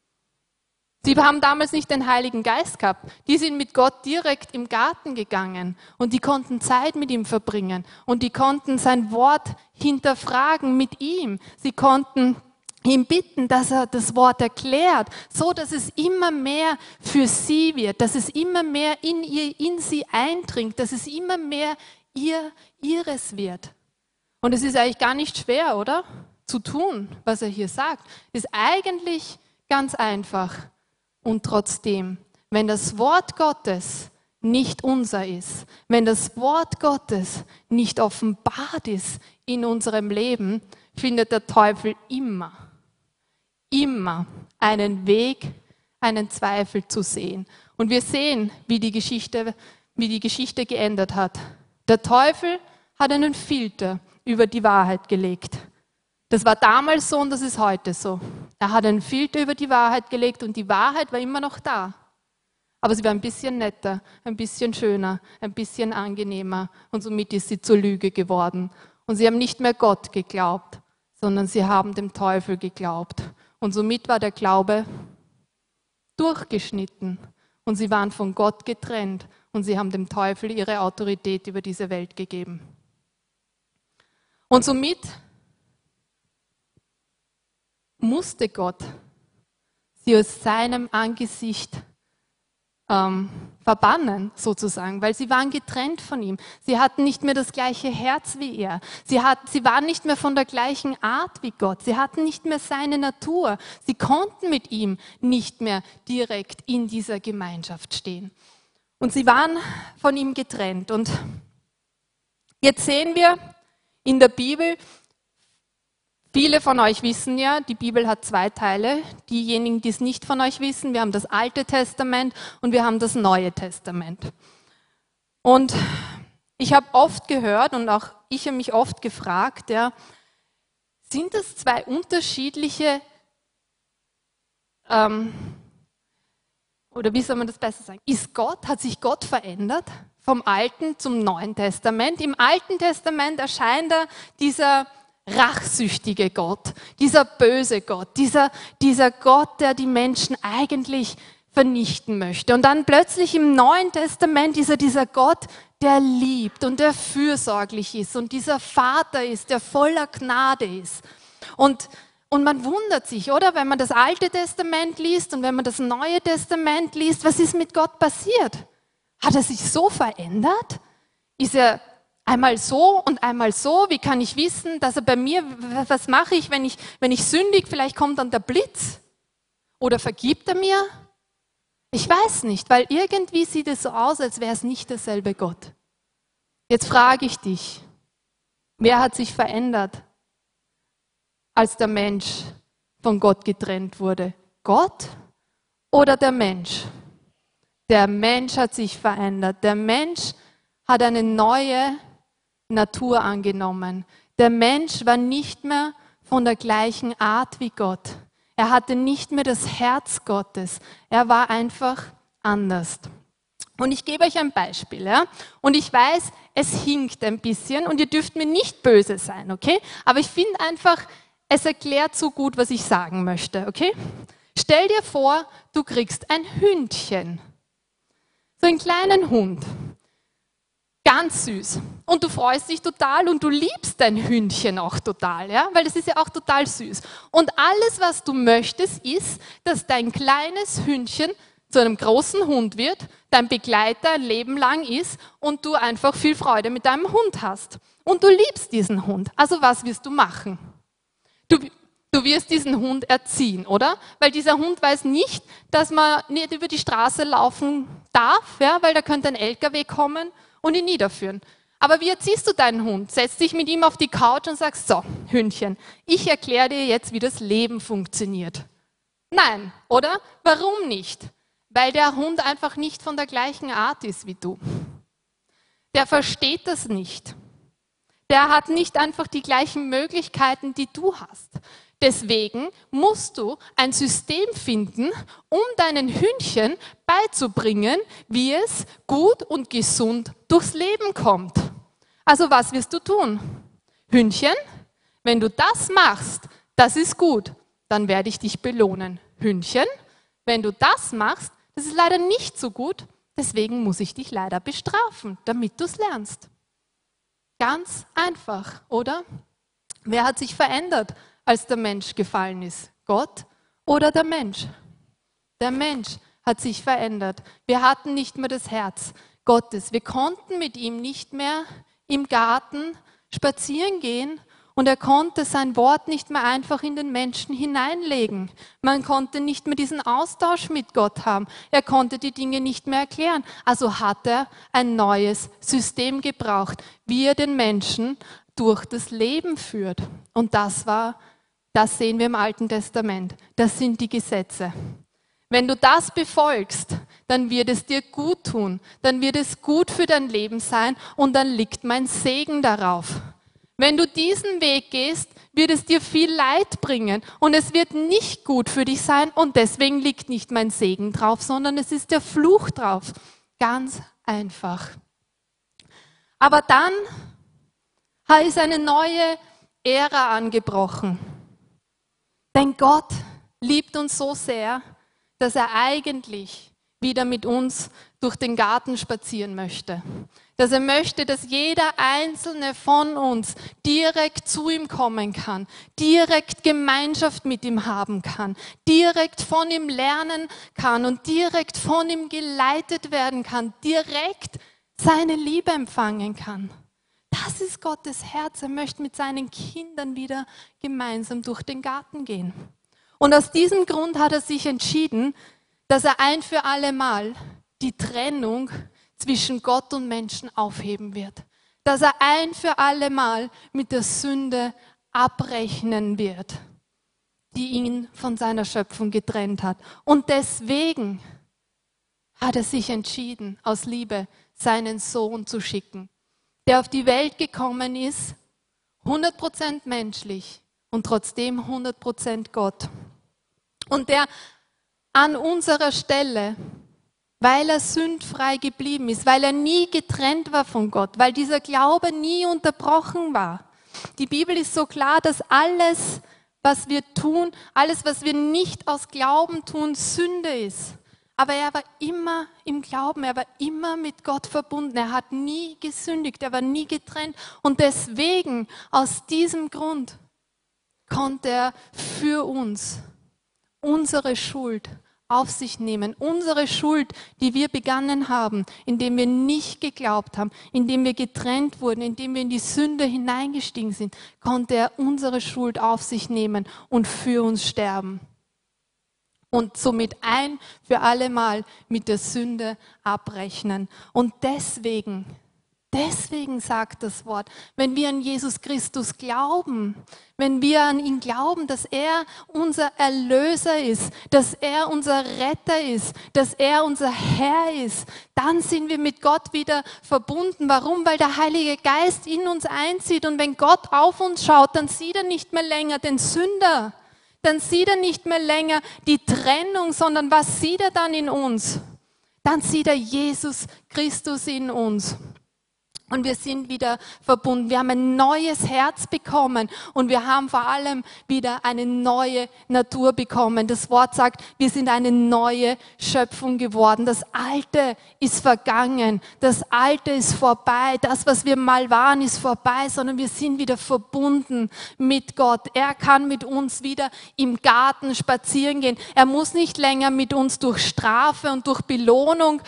Sie haben damals nicht den Heiligen Geist gehabt. Die sind mit Gott direkt im Garten gegangen und die konnten Zeit mit ihm verbringen und die konnten sein Wort hinterfragen mit ihm. Sie konnten ihn bitten, dass er das Wort erklärt, so dass es immer mehr für sie wird, dass es immer mehr in sie eindringt, dass es immer mehr ihres wird. Und es ist eigentlich gar nicht schwer, oder? Zu tun, was er hier sagt. Ist eigentlich ganz einfach. Und trotzdem, wenn das Wort Gottes nicht unser ist, wenn das Wort Gottes nicht offenbart ist in unserem Leben, findet der Teufel immer einen Weg, einen Zweifel zu sehen. Und wir sehen, wie die Geschichte geändert hat. Der Teufel hat einen Filter über die Wahrheit gelegt. Das war damals so und das ist heute so. Er hat einen Filter über die Wahrheit gelegt und die Wahrheit war immer noch da. Aber sie war ein bisschen netter, ein bisschen schöner, ein bisschen angenehmer und somit ist sie zur Lüge geworden. Und sie haben nicht mehr Gott geglaubt, sondern sie haben dem Teufel geglaubt. Und somit war der Glaube durchgeschnitten und sie waren von Gott getrennt und sie haben dem Teufel ihre Autorität über diese Welt gegeben. Und somit musste Gott sie aus seinem Angesicht verbannen, sozusagen, weil sie waren getrennt von ihm. Sie hatten nicht mehr das gleiche Herz wie er. Sie waren nicht mehr von der gleichen Art wie Gott. Sie hatten nicht mehr seine Natur. Sie konnten mit ihm nicht mehr direkt in dieser Gemeinschaft stehen. Und sie waren von ihm getrennt. Und jetzt sehen wir in der Bibel, viele von euch wissen ja, die Bibel hat 2 Teile. Diejenigen, die es nicht von euch wissen, wir haben das Alte Testament und wir haben das Neue Testament. Und ich habe oft gehört und auch ich habe mich oft gefragt, ja, sind das 2 unterschiedliche, oder wie soll man das besser sagen, hat sich Gott verändert vom Alten zum Neuen Testament? Im Alten Testament erscheint dieser rachsüchtige Gott, dieser böse Gott, dieser Gott, der die Menschen eigentlich vernichten möchte. Und dann plötzlich im Neuen Testament ist er dieser Gott, der liebt und der fürsorglich ist und dieser Vater ist, der voller Gnade ist. Und man wundert sich, oder? Wenn man das Alte Testament liest und wenn man das Neue Testament liest, was ist mit Gott passiert? Hat er sich so verändert? Ist er einmal so und einmal so? Wie kann ich wissen, dass er bei mir, was mache ich, wenn ich sündige, vielleicht kommt dann der Blitz? Oder vergibt er mir? Ich weiß nicht, weil irgendwie sieht es so aus, als wäre es nicht derselbe Gott. Jetzt frage ich dich, wer hat sich verändert, als der Mensch von Gott getrennt wurde? Gott oder der Mensch? Der Mensch hat sich verändert. Der Mensch hat eine neue Natur angenommen. Der Mensch war nicht mehr von der gleichen Art wie Gott. Er hatte nicht mehr das Herz Gottes. Er war einfach anders. Und ich gebe euch ein Beispiel. Ja? Und ich weiß, es hinkt ein bisschen und ihr dürft mir nicht böse sein, okay? Aber ich finde einfach, es erklärt so gut, was ich sagen möchte, okay? Stell dir vor, du kriegst ein Hündchen. So einen kleinen Hund. Ganz süß. Und du freust dich total und du liebst dein Hündchen auch total, ja? Weil das ist ja auch total süß. Und alles, was du möchtest, ist, dass dein kleines Hündchen zu einem großen Hund wird, dein Begleiter ein Leben lang ist und du einfach viel Freude mit deinem Hund hast. Und du liebst diesen Hund. Also was wirst du machen? Du wirst diesen Hund erziehen, oder? Weil dieser Hund weiß nicht, dass man nicht über die Straße laufen darf, ja? Weil da könnte ein LKW kommen und ihn niederführen. Aber wie erziehst du deinen Hund? Setzt dich mit ihm auf die Couch und sagst, so, Hündchen, ich erkläre dir jetzt, wie das Leben funktioniert. Nein, oder? Warum nicht? Weil der Hund einfach nicht von der gleichen Art ist wie du. Der versteht das nicht. Der hat nicht einfach die gleichen Möglichkeiten, die du hast. Deswegen musst du ein System finden, um deinen Hündchen beizubringen, wie es gut und gesund durchs Leben kommt. Also was wirst du tun? Hündchen, wenn du das machst, das ist gut, dann werde ich dich belohnen. Hündchen, wenn du das machst, das ist leider nicht so gut, deswegen muss ich dich leider bestrafen, damit du es lernst. Ganz einfach, oder? Wer hat sich verändert, als der Mensch gefallen ist? Gott oder der Mensch? Der Mensch hat sich verändert. Wir hatten nicht mehr das Herz Gottes. Wir konnten mit ihm nicht mehr im Garten spazieren gehen und er konnte sein Wort nicht mehr einfach in den Menschen hineinlegen. Man konnte nicht mehr diesen Austausch mit Gott haben. Er konnte die Dinge nicht mehr erklären. Also hat er ein neues System gebraucht, wie er den Menschen durch das Leben führt. Und das sehen wir im Alten Testament. Das sind die Gesetze. Wenn du das befolgst, dann wird es dir gut tun. Dann wird es gut für dein Leben sein und dann liegt mein Segen darauf. Wenn du diesen Weg gehst, wird es dir viel Leid bringen und es wird nicht gut für dich sein und deswegen liegt nicht mein Segen drauf, sondern es ist der Fluch drauf. Ganz einfach. Aber dann ist eine neue Ära angebrochen. Denn Gott liebt uns so sehr, dass er eigentlich wieder mit uns durch den Garten spazieren möchte. Dass er möchte, dass jeder einzelne von uns direkt zu ihm kommen kann, direkt Gemeinschaft mit ihm haben kann, direkt von ihm lernen kann und direkt von ihm geleitet werden kann, direkt seine Liebe empfangen kann. Das ist Gottes Herz. Er möchte mit seinen Kindern wieder gemeinsam durch den Garten gehen. Und aus diesem Grund hat er sich entschieden, dass er ein für alle Mal die Trennung zwischen Gott und Menschen aufheben wird. Dass er ein für alle Mal mit der Sünde abrechnen wird, die ihn von seiner Schöpfung getrennt hat. Und deswegen hat er sich entschieden, aus Liebe seinen Sohn zu schicken, der auf die Welt gekommen ist, 100% menschlich und trotzdem 100% Gott. Und der an unserer Stelle, weil er sündfrei geblieben ist, weil er nie getrennt war von Gott, weil dieser Glaube nie unterbrochen war. Die Bibel ist so klar, dass alles, was wir tun, alles, was wir nicht aus Glauben tun, Sünde ist. Aber er war immer im Glauben, er war immer mit Gott verbunden, er hat nie gesündigt, er war nie getrennt. Und deswegen, aus diesem Grund, konnte er für uns unsere Schuld auf sich nehmen, unsere Schuld, die wir begangen haben, indem wir nicht geglaubt haben, indem wir getrennt wurden, indem wir in die Sünde hineingestiegen sind, konnte er unsere Schuld auf sich nehmen und für uns sterben. und somit ein für alle Mal mit der Sünde abrechnen. Und deswegen sagt das Wort, wenn wir an Jesus Christus glauben, wenn wir an ihn glauben, dass er unser Erlöser ist, dass er unser Retter ist, dass er unser Herr ist, dann sind wir mit Gott wieder verbunden. Warum? Weil der Heilige Geist in uns einzieht und wenn Gott auf uns schaut, dann sieht er nicht mehr länger den Sünder, dann sieht er nicht mehr länger die Trennung, sondern was sieht er dann in uns? Dann sieht er Jesus Christus in uns. Und wir sind wieder verbunden. Wir haben ein neues Herz bekommen und wir haben vor allem wieder eine neue Natur bekommen. Das Wort sagt, wir sind eine neue Schöpfung geworden. Das Alte ist vergangen. Das Alte ist vorbei. Das, was wir mal waren, ist vorbei, sondern wir sind wieder verbunden mit Gott. Er kann mit uns wieder im Garten spazieren gehen. Er muss nicht länger mit uns durch Strafe und durch Belohnung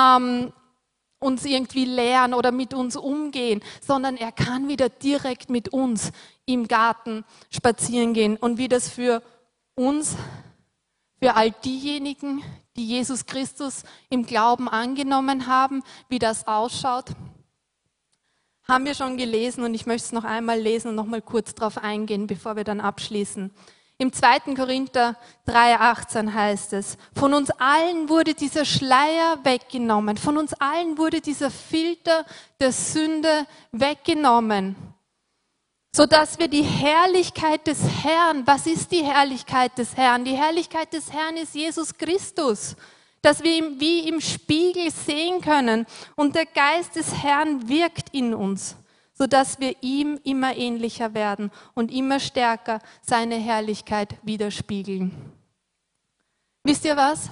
uns irgendwie lehren oder mit uns umgehen, sondern er kann wieder direkt mit uns im Garten spazieren gehen. Und wie das für uns, für all diejenigen, die Jesus Christus im Glauben angenommen haben, wie das ausschaut, haben wir schon gelesen und ich möchte es noch einmal lesen und noch mal kurz darauf eingehen, bevor wir dann abschließen. Im 2. Korinther 3,18 heißt es, von uns allen wurde dieser Schleier weggenommen, von uns allen wurde dieser Filter der Sünde weggenommen, sodass wir die Herrlichkeit des Herrn, was ist die Herrlichkeit des Herrn? Die Herrlichkeit des Herrn ist Jesus Christus, dass wir ihn wie im Spiegel sehen können und der Geist des Herrn wirkt in uns, sodass wir ihm immer ähnlicher werden und immer stärker seine Herrlichkeit widerspiegeln. Wisst ihr was?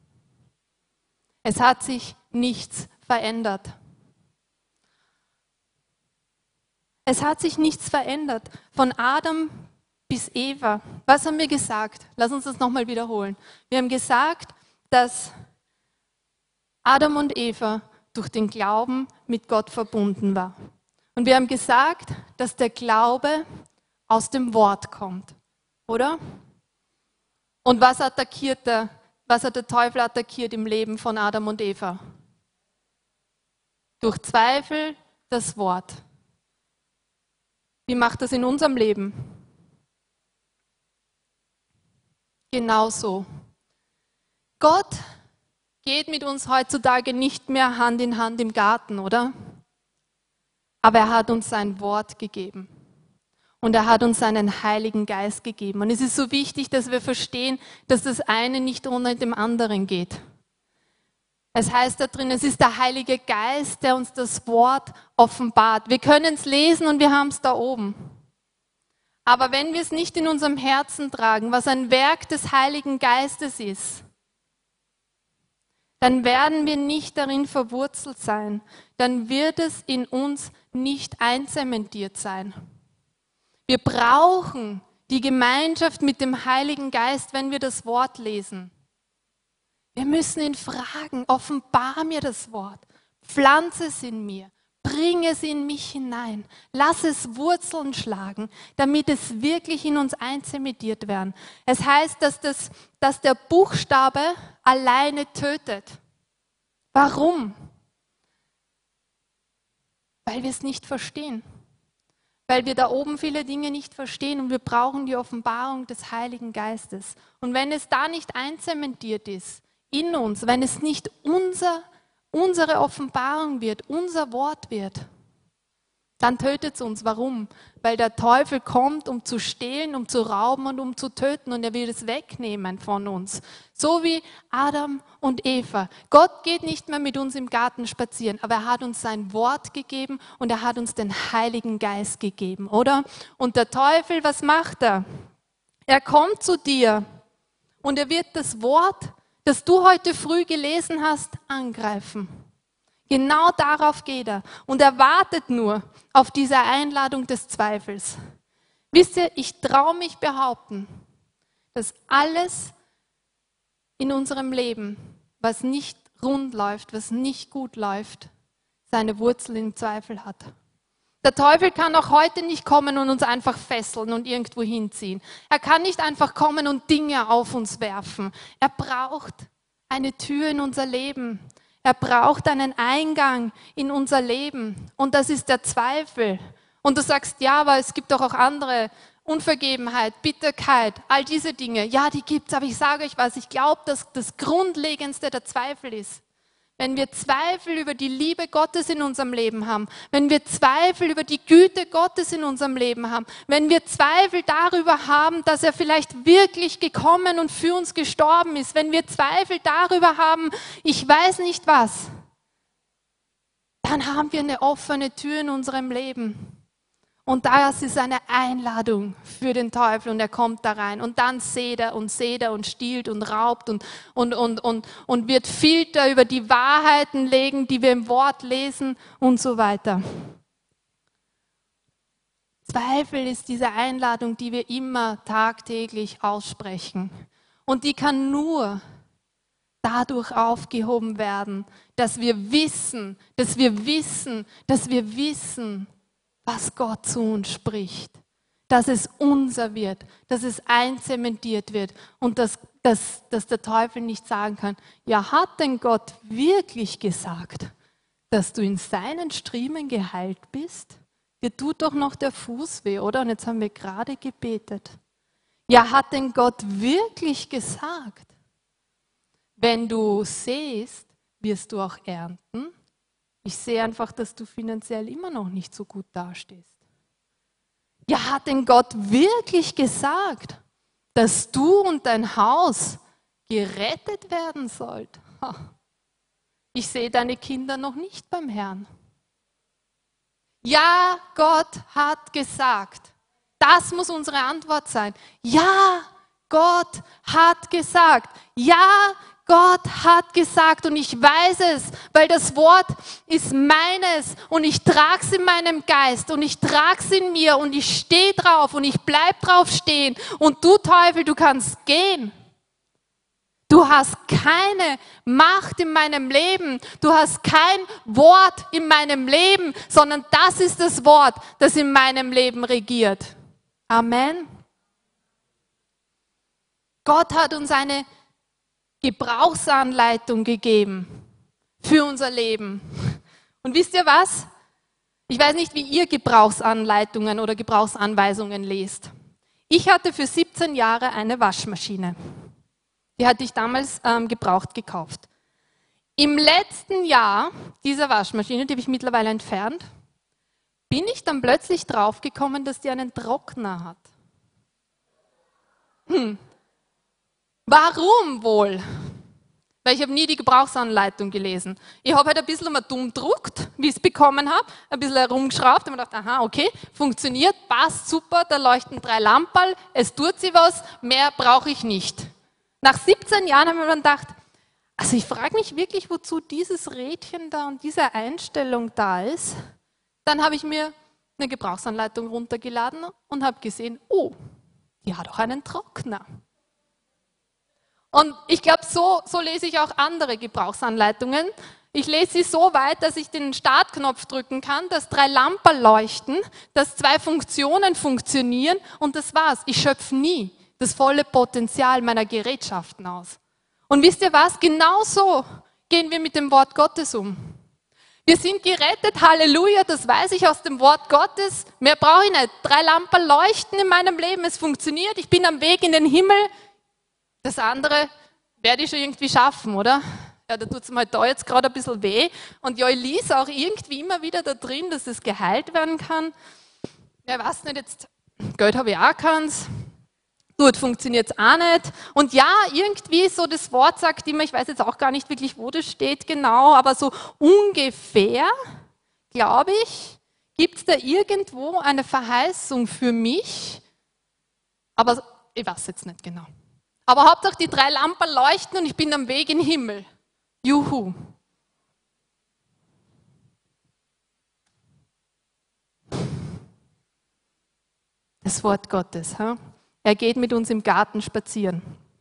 Es hat sich nichts verändert. Es hat sich nichts verändert. Von Adam bis Eva. Was haben wir gesagt? Lass uns das nochmal wiederholen. Wir haben gesagt, dass Adam und Eva durch den Glauben mit Gott verbunden war. Und wir haben gesagt, dass der Glaube aus dem Wort kommt, oder? Und was hat der Teufel attackiert im Leben von Adam und Eva? Durch Zweifel das Wort. Wie macht das in unserem Leben? Genauso. Gott geht mit uns heutzutage nicht mehr Hand in Hand im Garten, oder? Aber er hat uns sein Wort gegeben. Und er hat uns seinen Heiligen Geist gegeben. Und es ist so wichtig, dass wir verstehen, dass das eine nicht ohne dem anderen geht. Es heißt da drin, es ist der Heilige Geist, der uns das Wort offenbart. Wir können es lesen und wir haben es da oben. Aber wenn wir es nicht in unserem Herzen tragen, was ein Werk des Heiligen Geistes ist, dann werden wir nicht darin verwurzelt sein. Dann wird es in uns nicht einzementiert sein. Wir brauchen die Gemeinschaft mit dem Heiligen Geist, wenn wir das Wort lesen. Wir müssen ihn fragen, offenbar mir das Wort, pflanze es in mir, bring es in mich hinein, lass es Wurzeln schlagen, damit es wirklich in uns einzementiert werden. Es heißt, dass der Buchstabe alleine tötet. Warum? Weil wir es nicht verstehen. Weil wir da oben viele Dinge nicht verstehen und wir brauchen die Offenbarung des Heiligen Geistes. Und wenn es da nicht einzementiert ist, in uns, wenn es nicht unsere Offenbarung wird, unser Wort wird, dann tötet es uns. Warum? Weil der Teufel kommt, um zu stehlen, um zu rauben und um zu töten und er will es wegnehmen von uns. So wie Adam und Eva. Gott geht nicht mehr mit uns im Garten spazieren, aber er hat uns sein Wort gegeben und er hat uns den Heiligen Geist gegeben, oder? Und der Teufel, was macht er? Er kommt zu dir und er wird das Wort, das du heute früh gelesen hast, angreifen. Genau darauf geht er und er wartet nur auf diese Einladung des Zweifels. Wisst ihr, ich traue mich behaupten, dass alles in unserem Leben, was nicht rund läuft, was nicht gut läuft, seine Wurzel im Zweifel hat. Der Teufel kann auch heute nicht kommen und uns einfach fesseln und irgendwo hinziehen. Er kann nicht einfach kommen und Dinge auf uns werfen. Er braucht eine Tür in unser Leben. Er braucht einen Eingang in unser Leben. Und das ist der Zweifel. Und du sagst, ja, aber es gibt doch auch andere. Unvergebenheit, Bitterkeit, all diese Dinge. Ja, die gibt's, aber ich sage euch was, ich glaube, dass das Grundlegendste der Zweifel ist. Wenn wir Zweifel über die Liebe Gottes in unserem Leben haben, wenn wir Zweifel über die Güte Gottes in unserem Leben haben, wenn wir Zweifel darüber haben, dass er vielleicht wirklich gekommen und für uns gestorben ist, wenn wir Zweifel darüber haben, ich weiß nicht was, dann haben wir eine offene Tür in unserem Leben. Und das ist eine Einladung für den Teufel und er kommt da rein. Und dann seht er und stiehlt und raubt und wird Filter über die Wahrheiten legen, die wir im Wort lesen und so weiter. Zweifel ist diese Einladung, die wir immer tagtäglich aussprechen. Und die kann nur dadurch aufgehoben werden, dass wir wissen, was Gott zu uns spricht, dass es unser wird, dass es einzementiert wird und dass der Teufel nicht sagen kann, ja, hat denn Gott wirklich gesagt, dass du in seinen Striemen geheilt bist? Dir tut doch noch der Fuß weh, oder? Und jetzt haben wir gerade gebetet. Ja, hat denn Gott wirklich gesagt, wenn du sähst, wirst du auch ernten? Ich sehe einfach, dass du finanziell immer noch nicht so gut dastehst. Ja, hat denn Gott wirklich gesagt, dass du und dein Haus gerettet werden sollt? Ich sehe deine Kinder noch nicht beim Herrn. Ja, Gott hat gesagt. Das muss unsere Antwort sein. Ja, Gott hat gesagt. Ja, Gott hat gesagt und ich weiß es, weil das Wort ist meines und ich trage es in meinem Geist und ich trage es in mir und ich stehe drauf und ich bleibe drauf stehen und du Teufel, du kannst gehen. Du hast keine Macht in meinem Leben, du hast kein Wort in meinem Leben, sondern das ist das Wort, das in meinem Leben regiert. Amen. Gott hat uns eine Gebrauchsanleitung gegeben für unser Leben. Und wisst ihr was? Ich weiß nicht, wie ihr Gebrauchsanleitungen oder Gebrauchsanweisungen lest. Ich hatte für 17 Jahre eine Waschmaschine. Die hatte ich damals gebraucht gekauft. Im letzten Jahr dieser Waschmaschine, die habe ich mittlerweile entfernt, bin ich dann plötzlich draufgekommen, dass die einen Trockner hat. Warum wohl? Weil ich habe nie die Gebrauchsanleitung gelesen. Ich habe halt ein bisschen mal dumm gedruckt, wie ich es bekommen habe, ein bisschen herumgeschraubt und mir gedacht, aha, okay, funktioniert, passt super, da leuchten 3 Lamperl, es tut sich was, mehr brauche ich nicht. Nach 17 Jahren habe ich mir dann gedacht, also ich frage mich wirklich, wozu dieses Rädchen da und diese Einstellung da ist. Dann habe ich mir eine Gebrauchsanleitung runtergeladen und habe gesehen, oh, die hat auch einen Trockner. Und ich glaube, so lese ich auch andere Gebrauchsanleitungen. Ich lese sie so weit, dass ich den Startknopf drücken kann, dass 3 Lampen leuchten, dass 2 Funktionen funktionieren und das war's. Ich schöpfe nie das volle Potenzial meiner Gerätschaften aus. Und wisst ihr was? Genauso gehen wir mit dem Wort Gottes um. Wir sind gerettet, Halleluja, das weiß ich aus dem Wort Gottes. Mehr brauche ich nicht. 3 Lampen leuchten in meinem Leben, es funktioniert, ich bin am Weg in den Himmel. Das andere werde ich schon irgendwie schaffen, oder? Ja, da tut es mir halt da jetzt gerade ein bisschen weh. Und ja, ich lese auch irgendwie immer wieder da drin, dass es geheilt werden kann. Ja, weiß nicht, jetzt Geld habe ich auch keins. Gut, funktioniert es auch nicht. Und ja, irgendwie so das Wort sagt immer, ich weiß jetzt auch gar nicht wirklich, wo das steht genau, aber so ungefähr, glaube ich, gibt es da irgendwo eine Verheißung für mich. Aber ich weiß jetzt nicht genau. Aber Hauptsache die 3 Lampen leuchten und ich bin am Weg in den Himmel. Juhu. Das Wort Gottes. Er geht mit uns im Garten spazieren.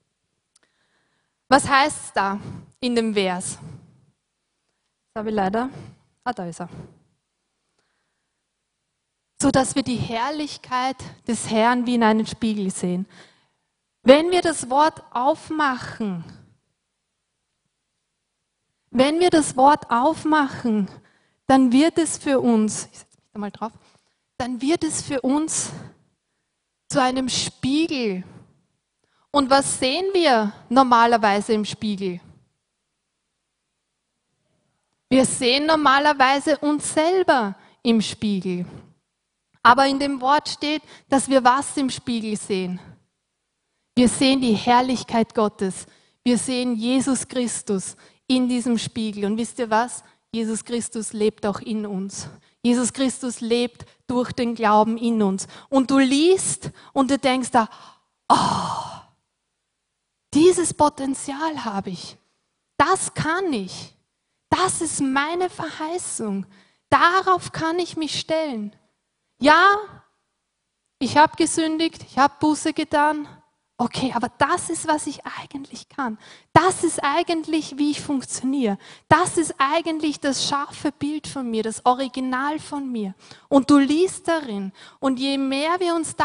Was heißt es da in dem Vers? Das habe ich leider. Da ist er. sodass wir die Herrlichkeit des Herrn wie in einen Spiegel sehen. Wenn wir das Wort aufmachen, dann wird es für uns, ich setze mich da mal drauf, dann wird es für uns zu einem Spiegel. Und was sehen wir normalerweise im Spiegel? Wir sehen normalerweise uns selber im Spiegel. Aber in dem Wort steht, dass wir was im Spiegel sehen? Wir sehen die Herrlichkeit Gottes. Wir sehen Jesus Christus in diesem Spiegel. Und wisst ihr was? Jesus Christus lebt auch in uns. Jesus Christus lebt durch den Glauben in uns. Und du liest und du denkst da, oh, dieses Potenzial habe ich. Das kann ich. Das ist meine Verheißung. Darauf kann ich mich stellen. Ja, ich habe gesündigt, ich habe Buße getan. Okay, aber das ist, was ich eigentlich kann. Das ist eigentlich, wie ich funktioniere. Das ist eigentlich das scharfe Bild von mir, das Original von mir. Und du liest darin. Und je mehr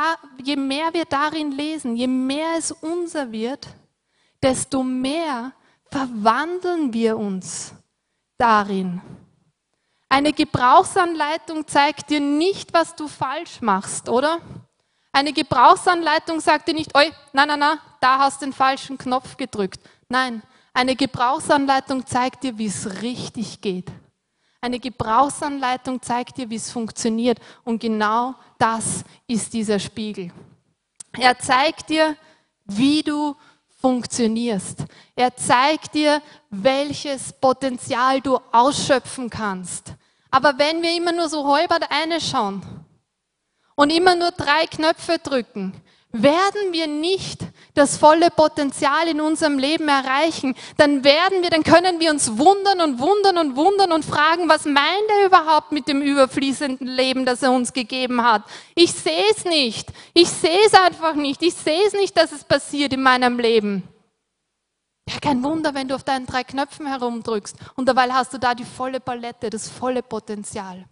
wir darin lesen, je mehr es unser wird, desto mehr verwandeln wir uns darin. Eine Gebrauchsanleitung zeigt dir nicht, was du falsch machst, oder? Eine Gebrauchsanleitung sagt dir nicht, oi, na, da hast du den falschen Knopf gedrückt. Nein, eine Gebrauchsanleitung zeigt dir, wie es richtig geht. Eine Gebrauchsanleitung zeigt dir, wie es funktioniert. Und genau das ist dieser Spiegel. Er zeigt dir, wie du funktionierst. Er zeigt dir, welches Potenzial du ausschöpfen kannst. Aber wenn wir immer nur so halbert reinschauen und immer nur 3 Knöpfe drücken, werden wir nicht das volle Potenzial in unserem Leben erreichen. Dann können wir uns wundern und fragen, was meint er überhaupt mit dem überfließenden Leben, das er uns gegeben hat? Ich sehe es nicht. Ich sehe es einfach nicht. Ich sehe es nicht, dass es passiert in meinem Leben. Ja, kein Wunder, wenn du auf deinen 3 Knöpfen herumdrückst und dabei hast du da die volle Palette, das volle Potenzial.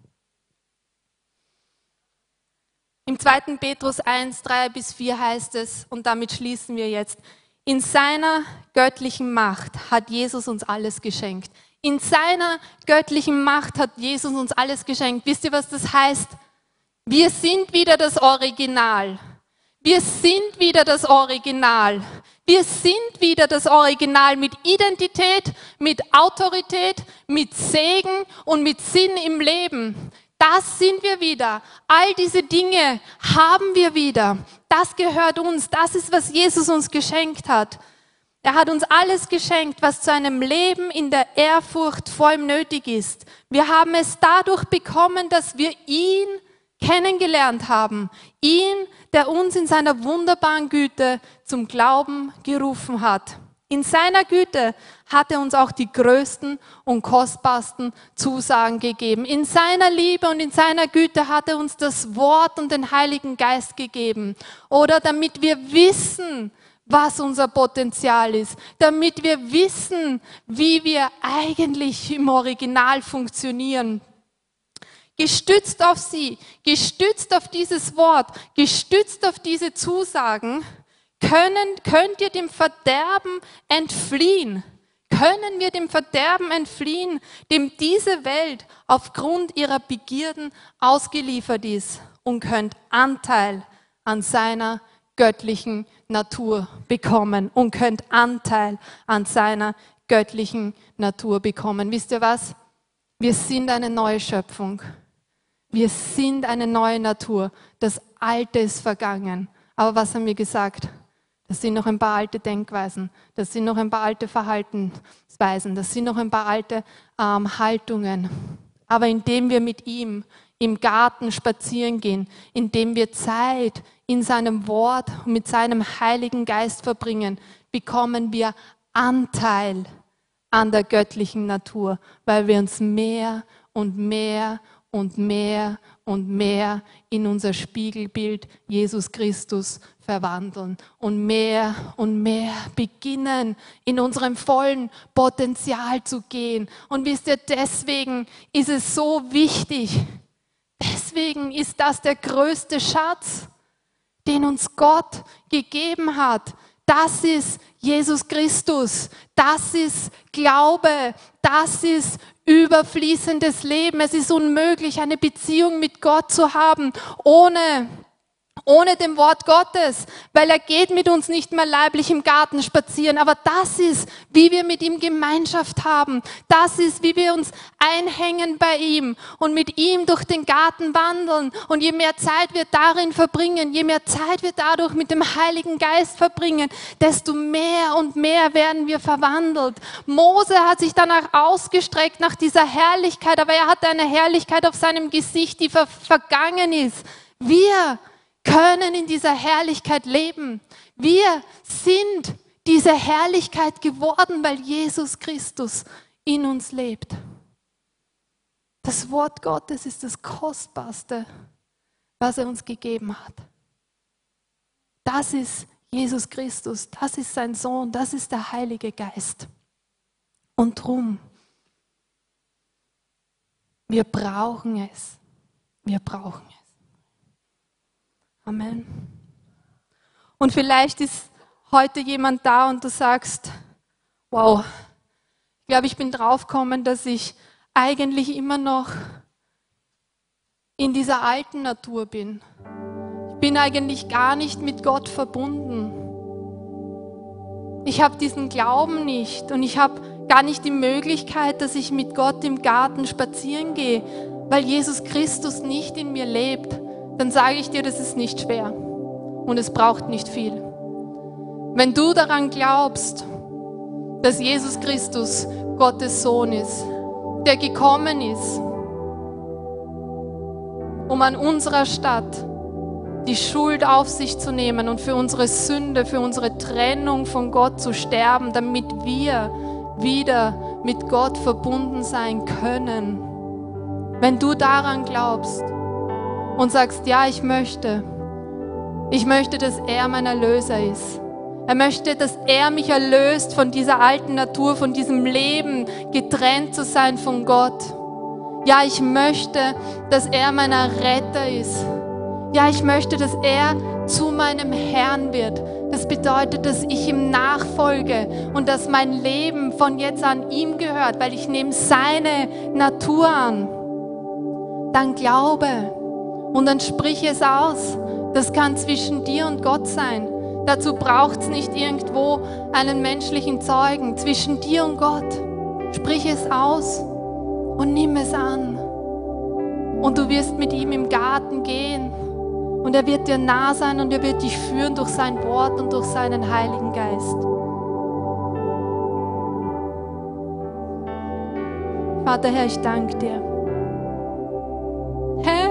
Im 2. Petrus 1, 3-4 heißt es, und damit schließen wir jetzt, in seiner göttlichen Macht hat Jesus uns alles geschenkt. In seiner göttlichen Macht hat Jesus uns alles geschenkt. Wisst ihr, was das heißt? Wir sind wieder das Original. Wir sind wieder das Original. Wir sind wieder das Original mit Identität, mit Autorität, mit Segen und mit Sinn im Leben. Das sind wir wieder. All diese Dinge haben wir wieder. Das gehört uns. Das ist, was Jesus uns geschenkt hat. Er hat uns alles geschenkt, was zu einem Leben in der Ehrfurcht vor ihm nötig ist. Wir haben es dadurch bekommen, dass wir ihn kennengelernt haben. Ihn, der uns in seiner wunderbaren Güte zum Glauben gerufen hat. In seiner Güte hat er uns auch die größten und kostbarsten Zusagen gegeben. In seiner Liebe und in seiner Güte hat er uns das Wort und den Heiligen Geist gegeben. Oder damit wir wissen, was unser Potenzial ist. Damit wir wissen, wie wir eigentlich im Original funktionieren. Gestützt auf sie, gestützt auf dieses Wort, gestützt auf diese Zusagen, könnt ihr dem Verderben entfliehen? Können wir dem Verderben entfliehen, dem diese Welt aufgrund ihrer Begierden ausgeliefert ist und könnt Anteil an seiner göttlichen Natur bekommen und könnt Anteil an seiner göttlichen Natur bekommen. Wisst ihr was? Wir sind eine neue Schöpfung. Wir sind eine neue Natur. Das Alte ist vergangen. Aber was haben wir gesagt? Das sind noch ein paar alte Denkweisen, das sind noch ein paar alte Verhaltensweisen, das sind noch ein paar alte Haltungen. Aber indem wir mit ihm im Garten spazieren gehen, indem wir Zeit in seinem Wort und mit seinem Heiligen Geist verbringen, bekommen wir Anteil an der göttlichen Natur, weil wir uns mehr und mehr und mehr und mehr in unser Spiegelbild Jesus Christus verwandeln und mehr beginnen, in unserem vollen Potenzial zu gehen. Und wisst ihr, deswegen ist es so wichtig, deswegen ist das der größte Schatz, den uns Gott gegeben hat. Das ist Jesus Christus. Das ist Glaube. Das ist überfließendes Leben. Es ist unmöglich, eine Beziehung mit Gott zu haben, ohne dem Wort Gottes, weil er geht mit uns nicht mehr leiblich im Garten spazieren, aber das ist, wie wir mit ihm Gemeinschaft haben. Das ist, wie wir uns einhängen bei ihm und mit ihm durch den Garten wandeln. Und je mehr Zeit wir darin verbringen, je mehr Zeit wir dadurch mit dem Heiligen Geist verbringen, desto mehr und mehr werden wir verwandelt. Mose hat sich danach ausgestreckt, nach dieser Herrlichkeit, aber er hatte eine Herrlichkeit auf seinem Gesicht, die vergangen ist. Wir können in dieser Herrlichkeit leben. Wir sind diese Herrlichkeit geworden, weil Jesus Christus in uns lebt. Das Wort Gottes ist das Kostbarste, was er uns gegeben hat. Das ist Jesus Christus, das ist sein Sohn, das ist der Heilige Geist. Und drum, wir brauchen es. Wir brauchen es. Amen. Und vielleicht ist heute jemand da und du sagst, wow, ich glaube, ich bin draufgekommen, dass ich eigentlich immer noch in dieser alten Natur bin. Ich bin eigentlich gar nicht mit Gott verbunden. Ich habe diesen Glauben nicht und ich habe gar nicht die Möglichkeit, dass ich mit Gott im Garten spazieren gehe, weil Jesus Christus nicht in mir lebt. Dann sage ich dir, das ist nicht schwer und es braucht nicht viel. Wenn du daran glaubst, dass Jesus Christus Gottes Sohn ist, der gekommen ist, um an unserer Stadt die Schuld auf sich zu nehmen und für unsere Sünde, für unsere Trennung von Gott zu sterben, damit wir wieder mit Gott verbunden sein können. Wenn du daran glaubst, und sagst, ja, ich möchte, dass er mein Erlöser ist. Er möchte, dass er mich erlöst von dieser alten Natur, von diesem Leben, getrennt zu sein von Gott. Ja, ich möchte, dass er mein Retter ist. Ja, ich möchte, dass er zu meinem Herrn wird. Das bedeutet, dass ich ihm nachfolge und dass mein Leben von jetzt an ihm gehört, weil ich nehme seine Natur an. Dann glaube. Und dann sprich es aus. Das kann zwischen dir und Gott sein. Dazu braucht es nicht irgendwo einen menschlichen Zeugen. Zwischen dir und Gott. Sprich es aus und nimm es an. Und du wirst mit ihm im Garten gehen. Und er wird dir nah sein und er wird dich führen durch sein Wort und durch seinen Heiligen Geist. Vater, Herr, ich danke dir. Herr,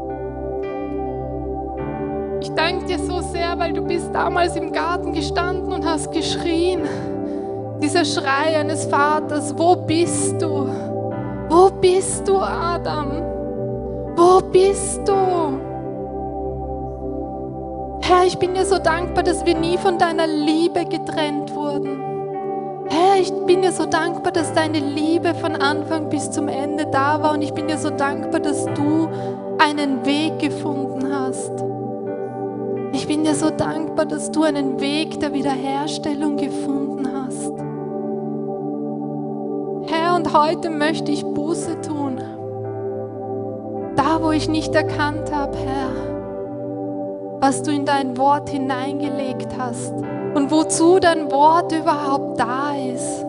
ich danke dir so sehr, weil du bist damals im Garten gestanden und hast geschrien. Dieser Schrei eines Vaters, wo bist du? Wo bist du, Adam? Wo bist du? Herr, ich bin dir so dankbar, dass wir nie von deiner Liebe getrennt wurden. Herr, ich bin dir so dankbar, dass deine Liebe von Anfang bis zum Ende da war und ich bin dir so dankbar, dass du einen Weg gefunden hast. Ich bin dir so dankbar, dass du einen Weg der Wiederherstellung gefunden hast. Herr, und heute möchte ich Buße tun. Da, wo ich nicht erkannt habe, Herr, was du in dein Wort hineingelegt hast und wozu dein Wort überhaupt da ist.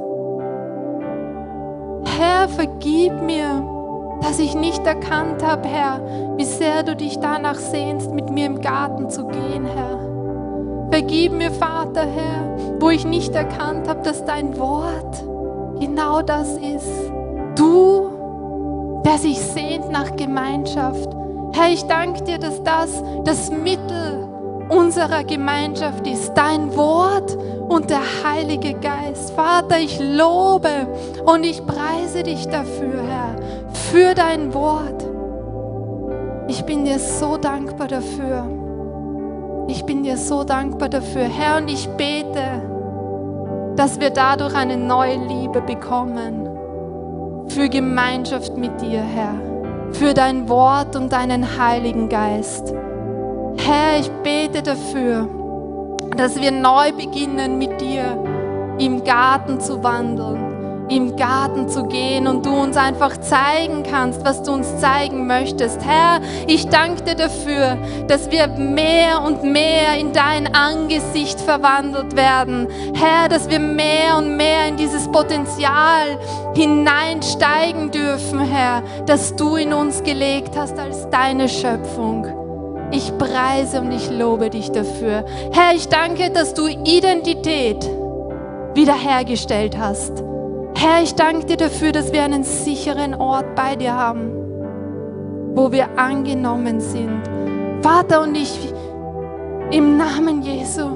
Herr, vergib mir, dass ich nicht erkannt habe, Herr, wie sehr du dich danach sehnst, mit mir im Garten zu gehen, Herr. Vergib mir, Vater, Herr, wo ich nicht erkannt habe, dass dein Wort genau das ist. Du, der sich sehnt nach Gemeinschaft. Herr, ich danke dir, dass das Mittel unserer Gemeinschaft ist, dein Wort und der Heilige Geist. Vater, ich lobe und ich preise dich dafür, Herr, für dein Wort. Ich bin dir so dankbar dafür. Ich bin dir so dankbar dafür, Herr, und ich bete, dass wir dadurch eine neue Liebe bekommen für Gemeinschaft mit dir, Herr. für dein Wort und deinen Heiligen Geist. Herr, ich bete dafür, dass wir neu beginnen mit dir im Garten zu wandeln, im Garten zu gehen und du uns einfach zeigen kannst, was du uns zeigen möchtest. Herr, ich danke dir dafür, dass wir mehr und mehr in dein Angesicht verwandelt werden. Herr, dass wir mehr und mehr in dieses Potenzial hineinsteigen dürfen, Herr, das du in uns gelegt hast als deine Schöpfung. Ich preise und ich lobe dich dafür. Herr, ich danke, dass du Identität wiederhergestellt hast. Herr, ich danke dir dafür, dass wir einen sicheren Ort bei dir haben, wo wir angenommen sind. Vater, und ich im Namen Jesu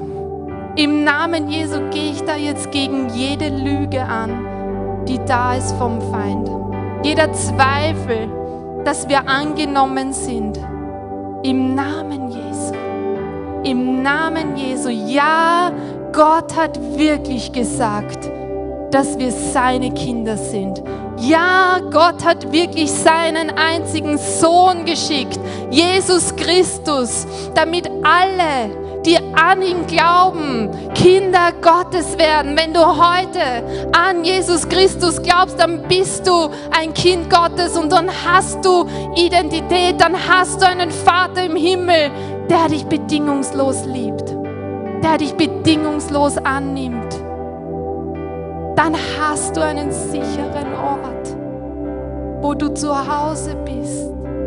gehe ich da jetzt gegen jede Lüge an, die da ist vom Feind. Jeder Zweifel, dass wir angenommen sind. Im Namen Jesu. Im Namen Jesu. Ja, Gott hat wirklich gesagt, dass wir seine Kinder sind. Ja, Gott hat wirklich seinen einzigen Sohn geschickt, Jesus Christus, damit alle, die an ihn glauben, Kinder Gottes werden. Wenn du heute an Jesus Christus glaubst, dann bist du ein Kind Gottes und dann hast du Identität, dann hast du einen Vater im Himmel, der dich bedingungslos liebt, der dich bedingungslos annimmt. Dann hast du einen sicheren Ort, wo du zu Hause bist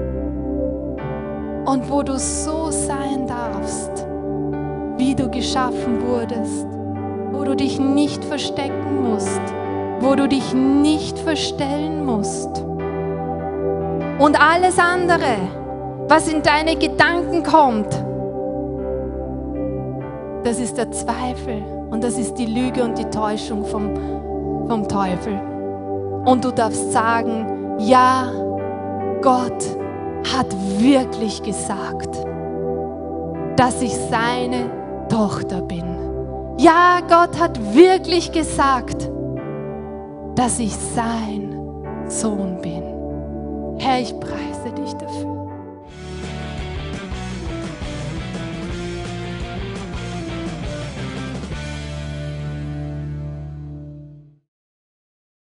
und wo du so sein darfst, wie du geschaffen wurdest, wo du dich nicht verstecken musst, wo du dich nicht verstellen musst. Und alles andere, was in deine Gedanken kommt, das ist der Zweifel und das ist die Lüge und die Täuschung vom Teufel. Und du darfst sagen, ja, Gott hat wirklich gesagt, dass ich seine Tochter bin. Ja, Gott hat wirklich gesagt, dass ich sein Sohn bin. Herr, ich preise dich dafür.